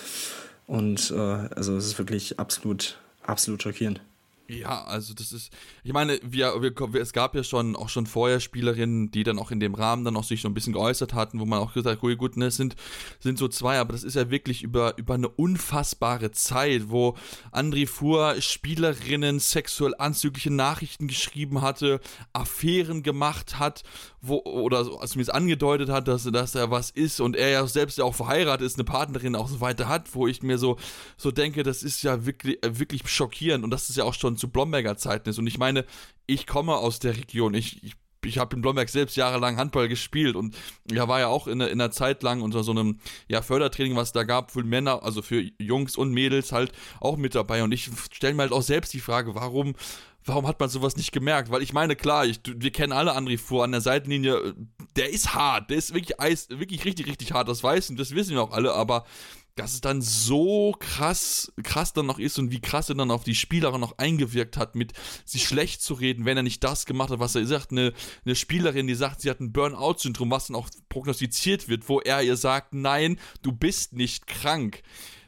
Und also es ist wirklich absolut schockierend. Ja, also das ist, ich meine, es gab ja auch schon vorher Spielerinnen, die dann auch in dem Rahmen dann auch sich so ein bisschen geäußert hatten, wo man auch gesagt hat, gut, ne, es sind so zwei, aber das ist ja wirklich über eine unfassbare Zeit, wo André Fuhr Spielerinnen sexuell anzügliche Nachrichten geschrieben hatte, Affären gemacht hat, oder zumindest angedeutet hat, dass er was ist und er ja selbst ja auch verheiratet ist, eine Partnerin auch so weiter hat, wo ich mir so denke, das ist ja wirklich, wirklich schockierend und das ist ja auch schon zu Blomberger Zeiten ist. Und ich meine, ich komme aus der Region, ich habe in Blomberg selbst jahrelang Handball gespielt und war ja auch in einer Zeit lang unter so einem Fördertraining, was da gab, für Männer, also für Jungs und Mädels halt auch mit dabei. Und ich stelle mir halt auch selbst die Frage, warum hat man sowas nicht gemerkt? Weil ich meine, klar, wir kennen alle André Fuhr an der Seitenlinie, der ist hart, der ist wirklich richtig, richtig hart, das wissen wir auch alle, aber dass es dann so krass dann noch ist und wie krass er dann auf die Spielerin noch eingewirkt hat, mit sie schlecht zu reden, wenn er nicht das gemacht hat, was er sagt. Eine Spielerin, die sagt, sie hat ein Burnout-Syndrom, was dann auch prognostiziert wird, wo er ihr sagt, nein, du bist nicht krank.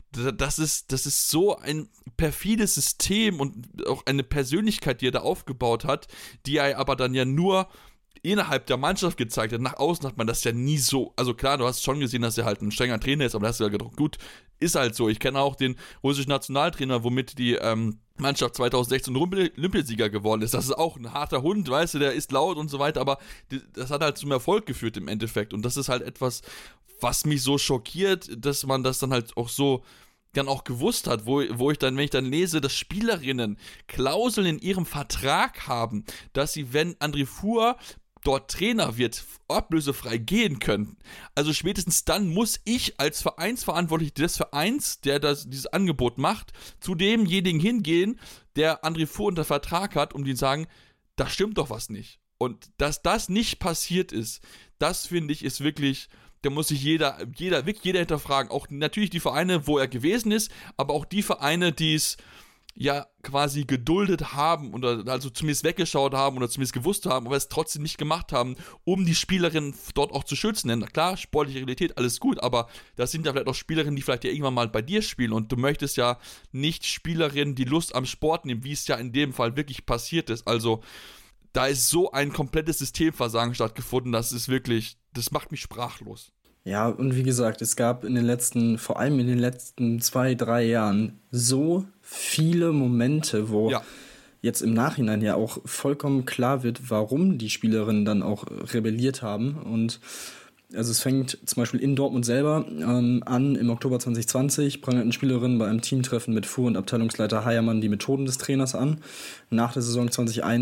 Das ist so ein perfides System und auch eine Persönlichkeit, die er da aufgebaut hat, die er aber dann ja nur innerhalb der Mannschaft gezeigt hat. Nach außen hat man das ja nie so, also klar, du hast schon gesehen, dass er halt ein strenger Trainer ist, aber da hast du ja gedacht, gut, ist halt so. Ich kenne auch den russischen Nationaltrainer, womit die Mannschaft 2016 Olympiasieger geworden ist. Das ist auch ein harter Hund, weißt du, der ist laut und so weiter, aber das hat halt zum Erfolg geführt im Endeffekt und das ist halt etwas, was mich so schockiert, dass man das dann halt auch so dann auch gewusst hat, wenn ich dann lese, dass Spielerinnen Klauseln in ihrem Vertrag haben, dass sie, wenn André Fuhr dort Trainer wird, ablösefrei gehen können. Also spätestens dann muss ich als Vereinsverantwortlicher des Vereins, der dieses Angebot macht, zu demjenigen hingehen, der André Fuhr unter Vertrag hat, um die zu sagen, da stimmt doch was nicht. Und dass das nicht passiert ist, das finde ich ist wirklich, da muss sich jeder hinterfragen. Auch natürlich die Vereine, wo er gewesen ist, aber auch die Vereine, die es ja quasi geduldet haben oder also zumindest weggeschaut haben oder zumindest gewusst haben, aber es trotzdem nicht gemacht haben, um die Spielerinnen dort auch zu schützen. Denn klar, sportliche Realität, alles gut, aber das sind ja vielleicht auch Spielerinnen, die vielleicht ja irgendwann mal bei dir spielen und du möchtest ja nicht Spielerinnen die Lust am Sport nehmen, wie es ja in dem Fall wirklich passiert ist. Also da ist so ein komplettes Systemversagen stattgefunden, das macht mich sprachlos. Ja, und wie gesagt, es gab vor allem in den letzten 2-3 Jahren so viele Momente, wo jetzt im Nachhinein ja auch vollkommen klar wird, warum die Spielerinnen dann auch rebelliert haben. Und also es fängt zum Beispiel in Dortmund selber an. Im Oktober 2020 prangerten Spielerinnen bei einem Teamtreffen mit Fuhr und Abteilungsleiter Heiermann die Methoden des Trainers an. Nach der Saison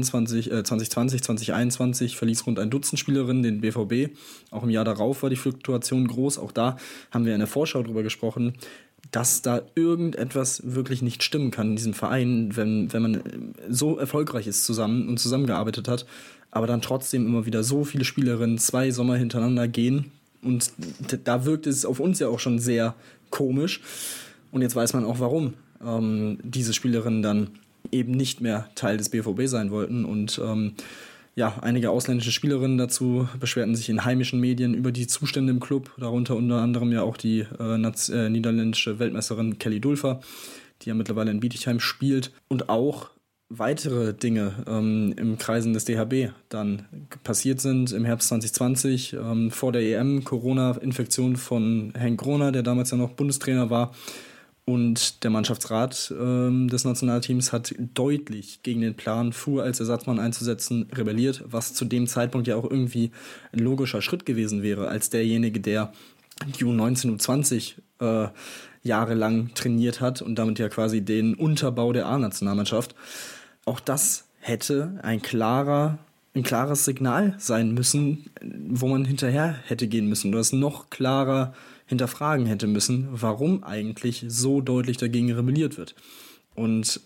2020/21 verließ rund ein Dutzend Spielerinnen den BVB. Auch im Jahr darauf war die Fluktuation groß. Auch da haben wir in der Vorschau drüber gesprochen, dass da irgendetwas wirklich nicht stimmen kann in diesem Verein, wenn man so erfolgreich ist zusammengearbeitet hat. aber dann trotzdem immer wieder so viele Spielerinnen 2 Sommer hintereinander gehen. Und da wirkt es auf uns ja auch schon sehr komisch. Und jetzt weiß man auch, warum diese Spielerinnen dann eben nicht mehr Teil des BVB sein wollten. Und einige ausländische Spielerinnen dazu beschwerten sich in heimischen Medien über die Zustände im Club. Darunter unter anderem ja auch die niederländische Weltmeisterin Kelly Dulfer, die ja mittlerweile in Bietigheim spielt. Und auch weitere Dinge im Kreisen des DHB dann passiert sind im Herbst 2020 vor der EM, Corona-Infektion von Henk Groner, der damals ja noch Bundestrainer war, und der Mannschaftsrat des Nationalteams hat deutlich gegen den Plan, Fu als Ersatzmann einzusetzen, rebelliert, was zu dem Zeitpunkt ja auch irgendwie ein logischer Schritt gewesen wäre, als derjenige, der die U19 und U20 jahrelang trainiert hat und damit ja quasi den Unterbau der A-Nationalmannschaft. Auch das hätte ein klares Signal sein müssen, wo man hinterher hätte gehen müssen, oder es noch klarer hinterfragen hätte müssen, warum eigentlich so deutlich dagegen rebelliert wird. Und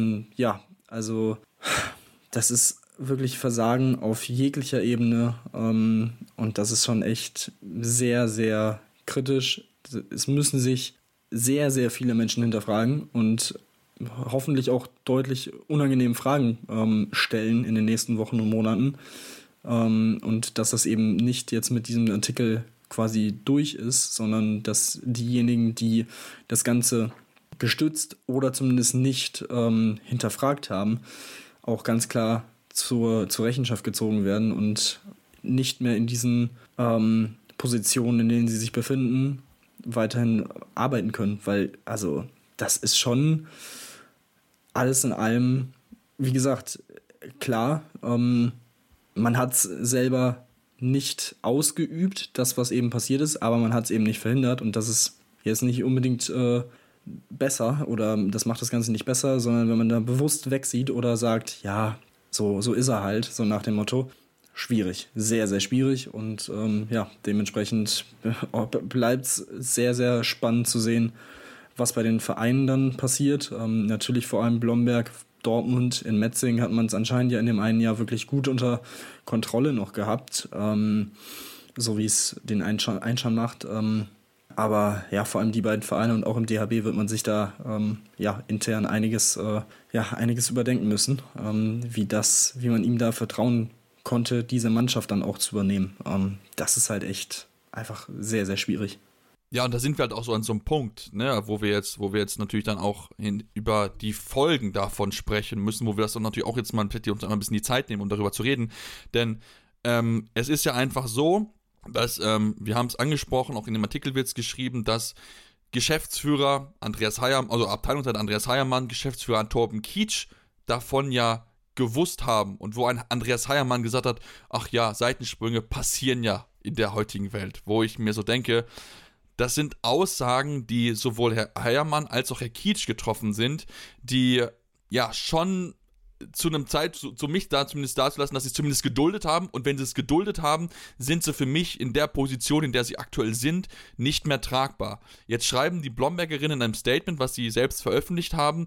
das ist wirklich Versagen auf jeglicher Ebene, und das ist schon echt sehr, sehr kritisch. Es müssen sich sehr, sehr viele Menschen hinterfragen und hoffentlich auch deutlich unangenehme Fragen stellen in den nächsten Wochen und Monaten. Und dass das eben nicht jetzt mit diesem Artikel quasi durch ist, sondern dass diejenigen, die das Ganze gestützt oder zumindest nicht hinterfragt haben, auch ganz klar zur Rechenschaft gezogen werden und nicht mehr in diesen Positionen, in denen sie sich befinden, weiterhin arbeiten können. Weil, also, das ist schon alles in allem, wie gesagt, klar, man hat es selber nicht ausgeübt, das, was eben passiert ist, aber man hat es eben nicht verhindert, und das ist jetzt nicht unbedingt besser, oder das macht das Ganze nicht besser, sondern wenn man da bewusst wegsieht oder sagt, ja, so ist er halt, so nach dem Motto, schwierig, sehr, sehr schwierig, und dementsprechend bleibt es sehr, sehr spannend zu sehen, was bei den Vereinen dann passiert. Natürlich vor allem Blomberg, Dortmund, in Metzing hat man es anscheinend ja in dem einen Jahr wirklich gut unter Kontrolle noch gehabt, so wie es den Einschein macht. Aber ja, vor allem die beiden Vereine und auch im DHB wird man sich da intern einiges überdenken müssen, wie man ihm da vertrauen konnte, diese Mannschaft dann auch zu übernehmen. Das ist halt echt einfach sehr, sehr schwierig. Ja, und da sind wir halt auch so an so einem Punkt, ne, wo wir jetzt natürlich dann auch über die Folgen davon sprechen müssen, wo wir das dann natürlich auch jetzt mal uns einmal ein bisschen die Zeit nehmen, um darüber zu reden. Denn es ist ja einfach so, dass, wir haben es angesprochen, auch in dem Artikel wird es geschrieben, dass Geschäftsführer Andreas Heiermann, also Abteilungsleiter Andreas Heiermann, Geschäftsführer Torben Kietsch davon ja gewusst haben, und wo ein Andreas Heiermann gesagt hat, ach ja, Seitensprünge passieren ja in der heutigen Welt, wo ich mir so denke, das sind Aussagen, die sowohl Herr Heiermann als auch Herr Kietsch getroffen sind, die ja schon zu einem zu mich da zumindest dazulassen, dass sie es zumindest geduldet haben, und wenn sie es geduldet haben, sind sie für mich in der Position, in der sie aktuell sind, nicht mehr tragbar. Jetzt schreiben die Blombergerinnen in einem Statement, was sie selbst veröffentlicht haben,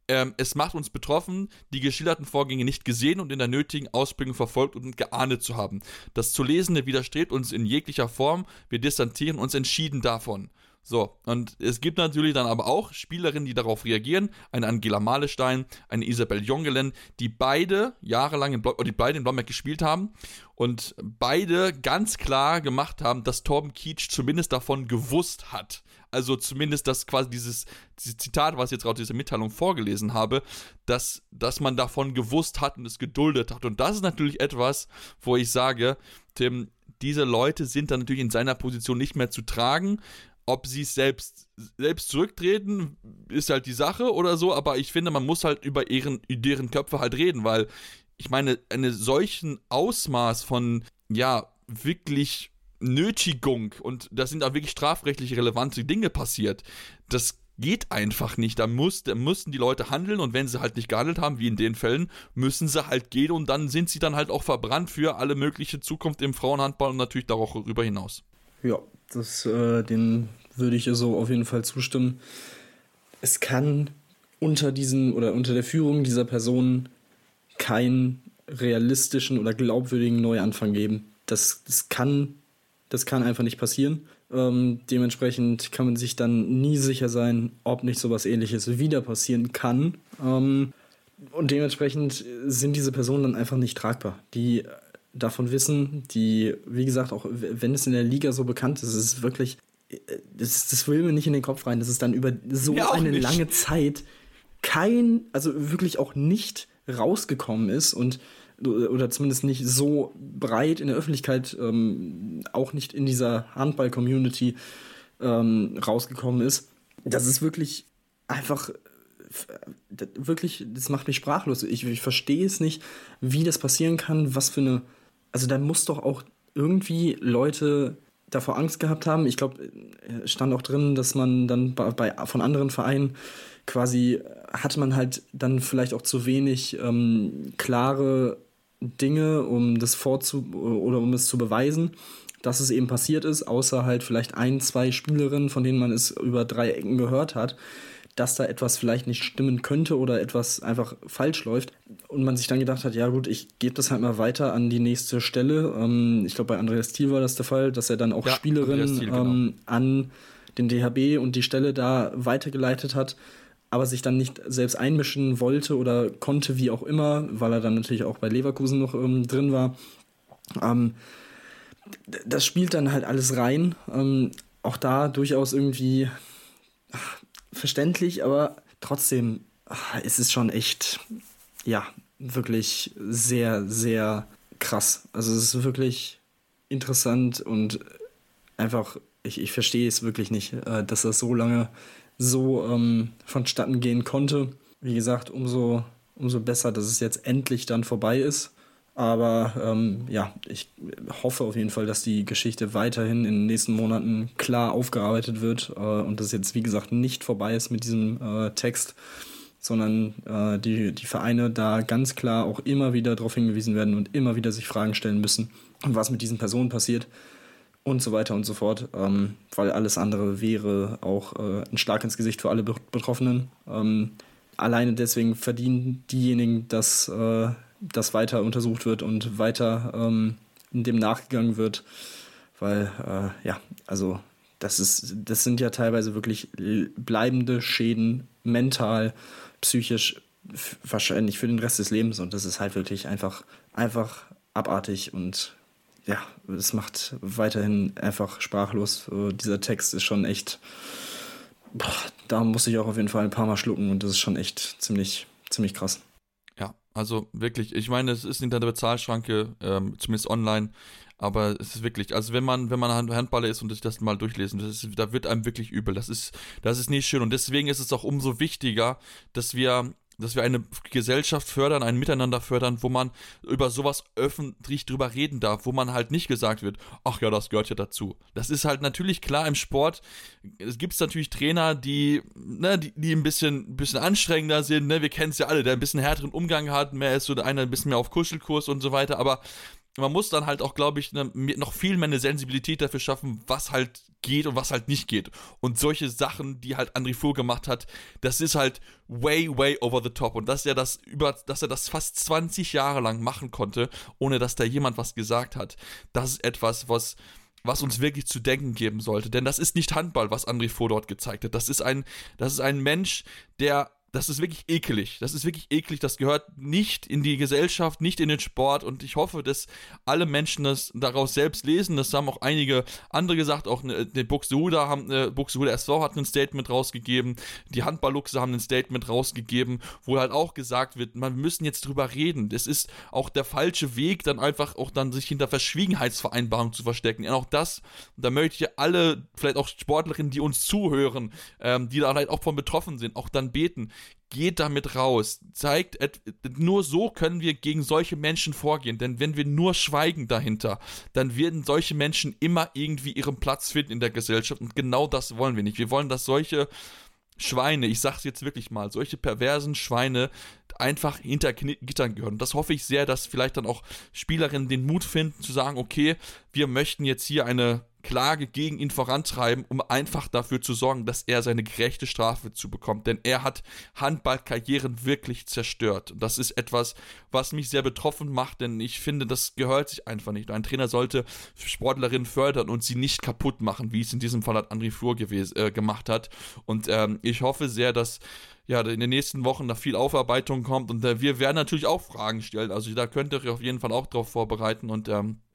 es macht uns betroffen, die geschilderten Vorgänge nicht gesehen und in der nötigen Ausprägung verfolgt und geahndet zu haben. Das zu Lesende widerstrebt uns in jeglicher Form, wir distanzieren uns entschieden davon. So, und es gibt natürlich dann aber auch Spielerinnen, die darauf reagieren, eine Angela Mahlestein, eine Isabel Jongelen, die beide jahrelang in Blomberg gespielt haben und beide ganz klar gemacht haben, dass Torben Kietsch zumindest davon gewusst hat. Also zumindest, dass quasi dieses Zitat, was ich jetzt gerade diese Mitteilung vorgelesen habe, dass man davon gewusst hat und es geduldet hat. Und das ist natürlich etwas, wo ich sage, Tim, diese Leute sind dann natürlich in seiner Position nicht mehr zu tragen. Ob sie es selbst zurücktreten, ist halt die Sache oder so, aber ich finde, man muss halt über deren Köpfe halt reden, weil ich meine, eine solchen Ausmaß von, ja, wirklich Nötigung, und da sind auch wirklich strafrechtlich relevante Dinge passiert, das geht einfach nicht. Da mussten die Leute handeln, und wenn sie halt nicht gehandelt haben, wie in den Fällen, müssen sie halt gehen, und dann sind sie dann halt auch verbrannt für alle mögliche Zukunft im Frauenhandball und natürlich darüber hinaus. Ja, den würde ich so auf jeden Fall zustimmen. Es kann unter der Führung dieser Person kein realistischen oder glaubwürdigen Neuanfang geben. Das kann einfach nicht passieren. Dementsprechend kann man sich dann nie sicher sein, ob nicht sowas Ähnliches wieder passieren kann. Und dementsprechend sind diese Personen dann einfach nicht tragbar. Die davon wissen, die, wie gesagt, auch wenn es in der Liga so bekannt ist, ist es wirklich, das will mir nicht in den Kopf rein, dass es dann über so eine lange Zeit also wirklich auch nicht rausgekommen ist oder zumindest nicht so breit in der Öffentlichkeit, auch nicht in dieser Handball-Community rausgekommen ist. Das ist wirklich einfach, das macht mich sprachlos. Ich verstehe es nicht, wie das passieren kann, also da muss doch auch irgendwie Leute davor Angst gehabt haben. Ich glaube, stand auch drin, dass man dann von anderen Vereinen quasi hatte man halt dann vielleicht auch zu wenig klare Dinge, um es zu beweisen, dass es eben passiert ist, außer halt vielleicht 1-2 Spielerinnen, von denen man es über 3 Ecken gehört hat, dass da etwas vielleicht nicht stimmen könnte oder etwas einfach falsch läuft. Und man sich dann gedacht hat, ja gut, ich gebe das halt mal weiter an die nächste Stelle. Ich glaube, bei Andreas Thiel war das der Fall, dass er dann auch Spielerinnen an den DHB und die Stelle da weitergeleitet hat, aber sich dann nicht selbst einmischen wollte oder konnte, wie auch immer, weil er dann natürlich auch bei Leverkusen noch drin war. Das spielt dann halt alles rein. Auch da durchaus irgendwie verständlich, aber trotzdem ist es schon echt, ja, wirklich sehr, sehr krass. Also es ist wirklich interessant und einfach, ich verstehe es wirklich nicht, dass das so lange so vonstatten gehen konnte. Wie gesagt, umso besser, dass es jetzt endlich dann vorbei ist. Aber ich hoffe auf jeden Fall, dass die Geschichte weiterhin in den nächsten Monaten klar aufgearbeitet wird und dass jetzt, wie gesagt, nicht vorbei ist mit diesem Text, sondern die Vereine da ganz klar auch immer wieder darauf hingewiesen werden und immer wieder sich Fragen stellen müssen, was mit diesen Personen passiert und so weiter und so fort, weil alles andere wäre auch ein Schlag ins Gesicht für alle Betroffenen. Alleine deswegen verdienen diejenigen, dass das weiter untersucht wird und weiter dem nachgegangen wird, weil also das sind ja teilweise wirklich bleibende Schäden, mental, psychisch, wahrscheinlich für den Rest des Lebens, und das ist halt wirklich einfach abartig und ja, es macht weiterhin einfach sprachlos. Dieser Text ist schon echt, da muss ich auch auf jeden Fall ein paar Mal schlucken und das ist schon echt ziemlich, ziemlich krass. Ja, also wirklich, ich meine, es ist hinter der Bezahlschranke, zumindest online, aber es ist wirklich, also wenn man Handballer ist und sich das mal durchlesen, da wird einem wirklich übel, das ist nicht schön, und deswegen ist es auch umso wichtiger, dass wir eine Gesellschaft fördern, ein Miteinander fördern, wo man über sowas öffentlich drüber reden darf, wo man halt nicht gesagt wird, ach ja, das gehört ja dazu. Das ist halt natürlich klar im Sport. Es gibt natürlich Trainer, die ein bisschen anstrengender sind, ne? Wir kennen es ja alle, der ein bisschen härteren Umgang hat, mehr ist so der eine ein bisschen mehr auf Kuschelkurs und so weiter, aber man muss dann halt auch, glaube ich, noch viel mehr eine Sensibilität dafür schaffen, was halt geht und was halt nicht geht. Und solche Sachen, die halt André Vogt gemacht hat, das ist halt way, way over the top. Und dass er das fast 20 Jahre lang machen konnte, ohne dass da jemand was gesagt hat, das ist etwas, was uns wirklich zu denken geben sollte. Denn das ist nicht Handball, was André Vogt dort gezeigt hat. Das ist ein Mensch, das ist wirklich ekelig. Das gehört nicht in die Gesellschaft, nicht in den Sport, und ich hoffe, dass alle Menschen das daraus selbst lesen. Das haben auch einige andere gesagt, auch die Buxtehude SV hat ein Statement rausgegeben, die Handball-Luchse haben ein Statement rausgegeben, wo halt auch gesagt wird, wir müssen jetzt drüber reden. Das ist auch der falsche Weg, dann einfach auch dann sich hinter Verschwiegenheitsvereinbarungen zu verstecken. Und auch das, da möchte ich alle, vielleicht auch Sportlerinnen, die uns zuhören, die da halt auch von betroffen sind, auch dann beten. Geht damit raus, nur so können wir gegen solche Menschen vorgehen, denn wenn wir nur schweigen dahinter, dann werden solche Menschen immer irgendwie ihren Platz finden in der Gesellschaft, und genau das wollen wir nicht. Wir wollen, dass solche Schweine, ich sag's jetzt wirklich mal, solche perversen Schweine einfach hinter Gittern gehören. Und das hoffe ich sehr, dass vielleicht dann auch Spielerinnen den Mut finden, zu sagen, okay, wir möchten jetzt hier eine Klage gegen ihn vorantreiben, um einfach dafür zu sorgen, dass er seine gerechte Strafe zu bekommt. Denn er hat Handballkarrieren wirklich zerstört. Und das ist etwas, was mich sehr betroffen macht, denn ich finde, das gehört sich einfach nicht. Ein Trainer sollte Sportlerinnen fördern und sie nicht kaputt machen, wie es in diesem Fall André Fuhr gemacht hat. Und ich hoffe sehr, dass in den nächsten Wochen da viel Aufarbeitung kommt. Und wir werden natürlich auch Fragen stellen. Also da könnt ihr euch auf jeden Fall auch drauf vorbereiten. Und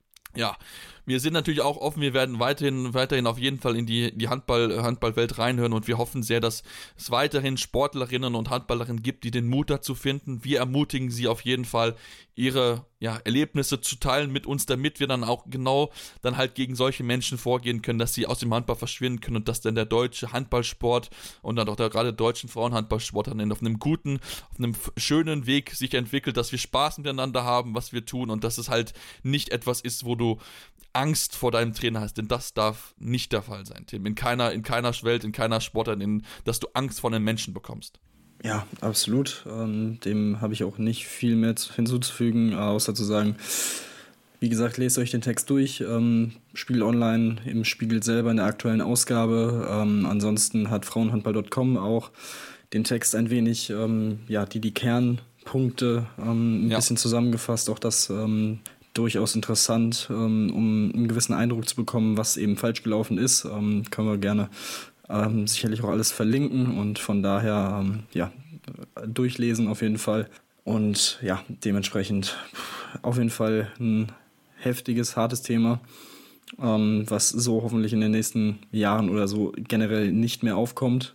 wir sind natürlich auch offen, wir werden weiterhin auf jeden Fall in die Handballwelt reinhören und wir hoffen sehr, dass es weiterhin Sportlerinnen und Handballerinnen gibt, die den Mut dazu finden. Wir ermutigen sie auf jeden Fall, ihre Erlebnisse zu teilen mit uns, damit wir dann auch genau dann halt gegen solche Menschen vorgehen können, dass sie aus dem Handball verschwinden können und dass dann der deutsche Handballsport und dann auch gerade der deutschen Frauenhandballsport dann auf einem guten, auf einem schönen Weg sich entwickelt, dass wir Spaß miteinander haben, was wir tun und dass es halt nicht etwas ist, wo du Angst vor deinem Trainer hast, denn das darf nicht der Fall sein, Tim. In keiner Welt, in keiner Sportart, dass du Angst vor einem Menschen bekommst. Ja, absolut. Dem habe ich auch nicht viel mehr hinzuzufügen, außer zu sagen, wie gesagt, lest euch den Text durch, Spiegel Online, im Spiegel selber in der aktuellen Ausgabe. Ansonsten hat Frauenhandball.com auch den Text ein wenig, die Kernpunkte ein bisschen zusammengefasst, auch das durchaus interessant, um einen gewissen Eindruck zu bekommen, was eben falsch gelaufen ist. Können wir gerne sicherlich auch alles verlinken und von daher durchlesen auf jeden Fall. Und dementsprechend auf jeden Fall ein heftiges, hartes Thema, was so hoffentlich in den nächsten Jahren oder so generell nicht mehr aufkommt,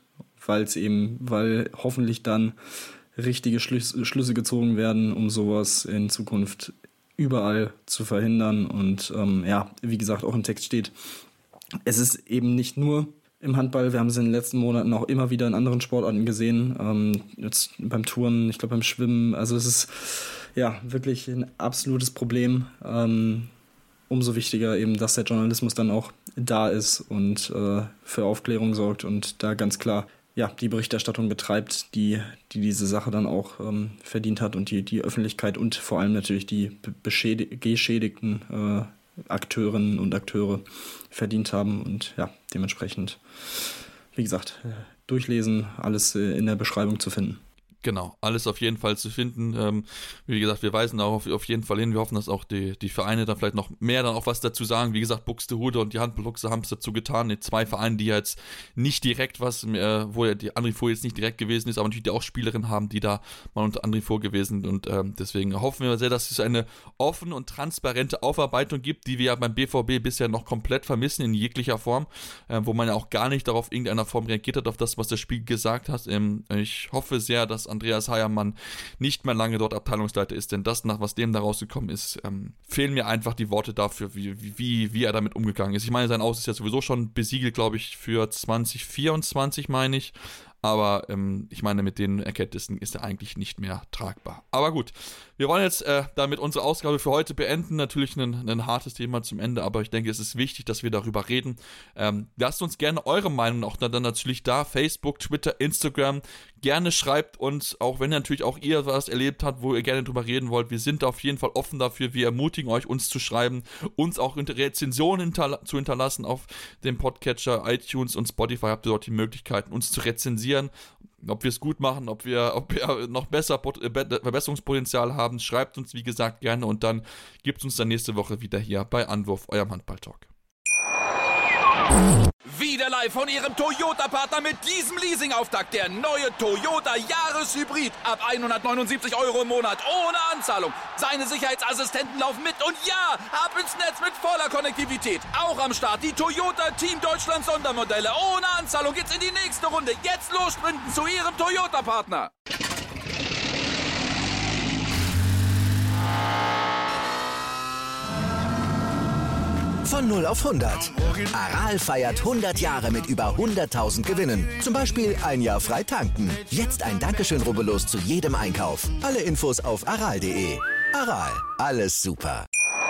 weil hoffentlich dann richtige Schlüsse gezogen werden, um sowas in Zukunft überall zu verhindern. Und wie gesagt, auch im Text steht, es ist eben nicht nur im Handball, wir haben es in den letzten Monaten auch immer wieder in anderen Sportarten gesehen, jetzt beim Turnen, ich glaube beim Schwimmen, also es ist wirklich ein absolutes Problem. Umso wichtiger eben, dass der Journalismus dann auch da ist und für Aufklärung sorgt und da ganz klar die Berichterstattung betreibt, die diese Sache dann auch verdient hat und die Öffentlichkeit und vor allem natürlich die geschädigten Akteurinnen und Akteure verdient haben und dementsprechend, wie gesagt, durchlesen, alles in der Beschreibung zu finden. Genau, alles auf jeden Fall zu finden. Wie gesagt, wir weisen auch auf jeden Fall hin. Wir hoffen, dass auch die Vereine da vielleicht noch mehr dann auch was dazu sagen. Wie gesagt, Buxtehude und die Handball-Luchse haben es dazu getan. Die 2 Vereine, die jetzt nicht direkt wo die André Fuhr jetzt nicht direkt gewesen ist, aber natürlich die auch Spielerinnen haben, die da mal unter André Fuhr gewesen sind. Und deswegen hoffen wir sehr, dass es eine offene und transparente Aufarbeitung gibt, die wir ja beim BVB bisher noch komplett vermissen in jeglicher Form, wo man ja auch gar nicht darauf irgendeiner Form reagiert hat, auf das, was der Spiegel gesagt hat. Ich hoffe sehr, dass Andreas Heiermann nicht mehr lange dort Abteilungsleiter ist, denn das, nach was dem da rausgekommen ist, fehlen mir einfach die Worte dafür, wie er damit umgegangen ist. Ich meine, sein Aus ist ja sowieso schon besiegelt, glaube ich, für 2024, meine ich. Aber ich meine, mit den Erkenntnissen ist er eigentlich nicht mehr tragbar. Aber gut, wir wollen jetzt damit unsere Ausgabe für heute beenden. Natürlich ein hartes Thema zum Ende, aber ich denke, es ist wichtig, dass wir darüber reden. Lasst uns gerne eure Meinung auch dann natürlich da, Facebook, Twitter, Instagram. Gerne schreibt uns, auch wenn natürlich auch ihr was erlebt habt, wo ihr gerne drüber reden wollt. Wir sind auf jeden Fall offen dafür. Wir ermutigen euch, uns zu schreiben, uns auch Rezensionen zu hinterlassen auf dem Podcatcher, iTunes und Spotify. Habt ihr dort die Möglichkeiten, uns zu rezensieren. Ob wir es gut machen, ob wir noch besser Verbesserungspotenzial haben, schreibt uns, wie gesagt, gerne und dann gibt uns dann nächste Woche wieder hier bei Anwurf, eurem Handball-Talk. Wieder live von Ihrem Toyota-Partner mit diesem Leasing-Auftakt. Der neue Toyota Jahreshybrid. Ab 179 € im Monat. Ohne Anzahlung. Seine Sicherheitsassistenten laufen mit. Und ja, ab ins Netz mit voller Konnektivität. Auch am Start die Toyota Team Deutschland Sondermodelle. Ohne Anzahlung geht's in die nächste Runde. Jetzt los sprinten zu Ihrem Toyota-Partner. Von 0 auf 100. Aral feiert 100 Jahre mit über 100.000 Gewinnen. Zum Beispiel ein Jahr frei tanken. Jetzt ein Dankeschön, rubbellos zu jedem Einkauf. Alle Infos auf aral.de. Aral, alles super.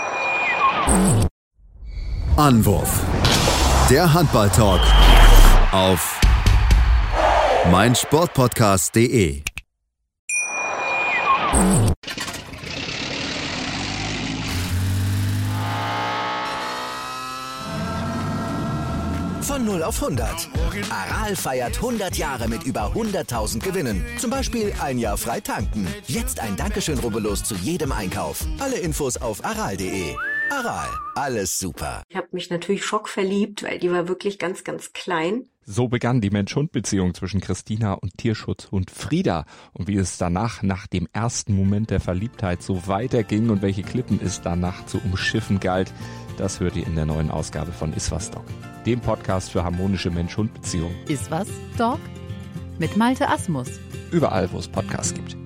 Anwurf. Der Handball-Talk auf meinsportpodcast.de. Von 0 auf 100. Aral feiert 100 Jahre mit über 100.000 Gewinnen. Zum Beispiel ein Jahr frei tanken. Jetzt ein Dankeschön, rubbellos zu jedem Einkauf. Alle Infos auf aral.de. Aral, alles super. Ich habe mich natürlich schockverliebt, weil die war wirklich ganz, ganz klein. So begann die Mensch-Hund-Beziehung zwischen Christina und Tierschutzhund Frieda. Und wie es danach, nach dem ersten Moment der Verliebtheit, so weiterging und welche Klippen es danach zu umschiffen galt, das hört ihr in der neuen Ausgabe von Iswas Dog, dem Podcast für harmonische Mensch-Hund-Beziehungen. Iswas Dog? Mit Malte Asmus. Überall, wo es Podcasts gibt.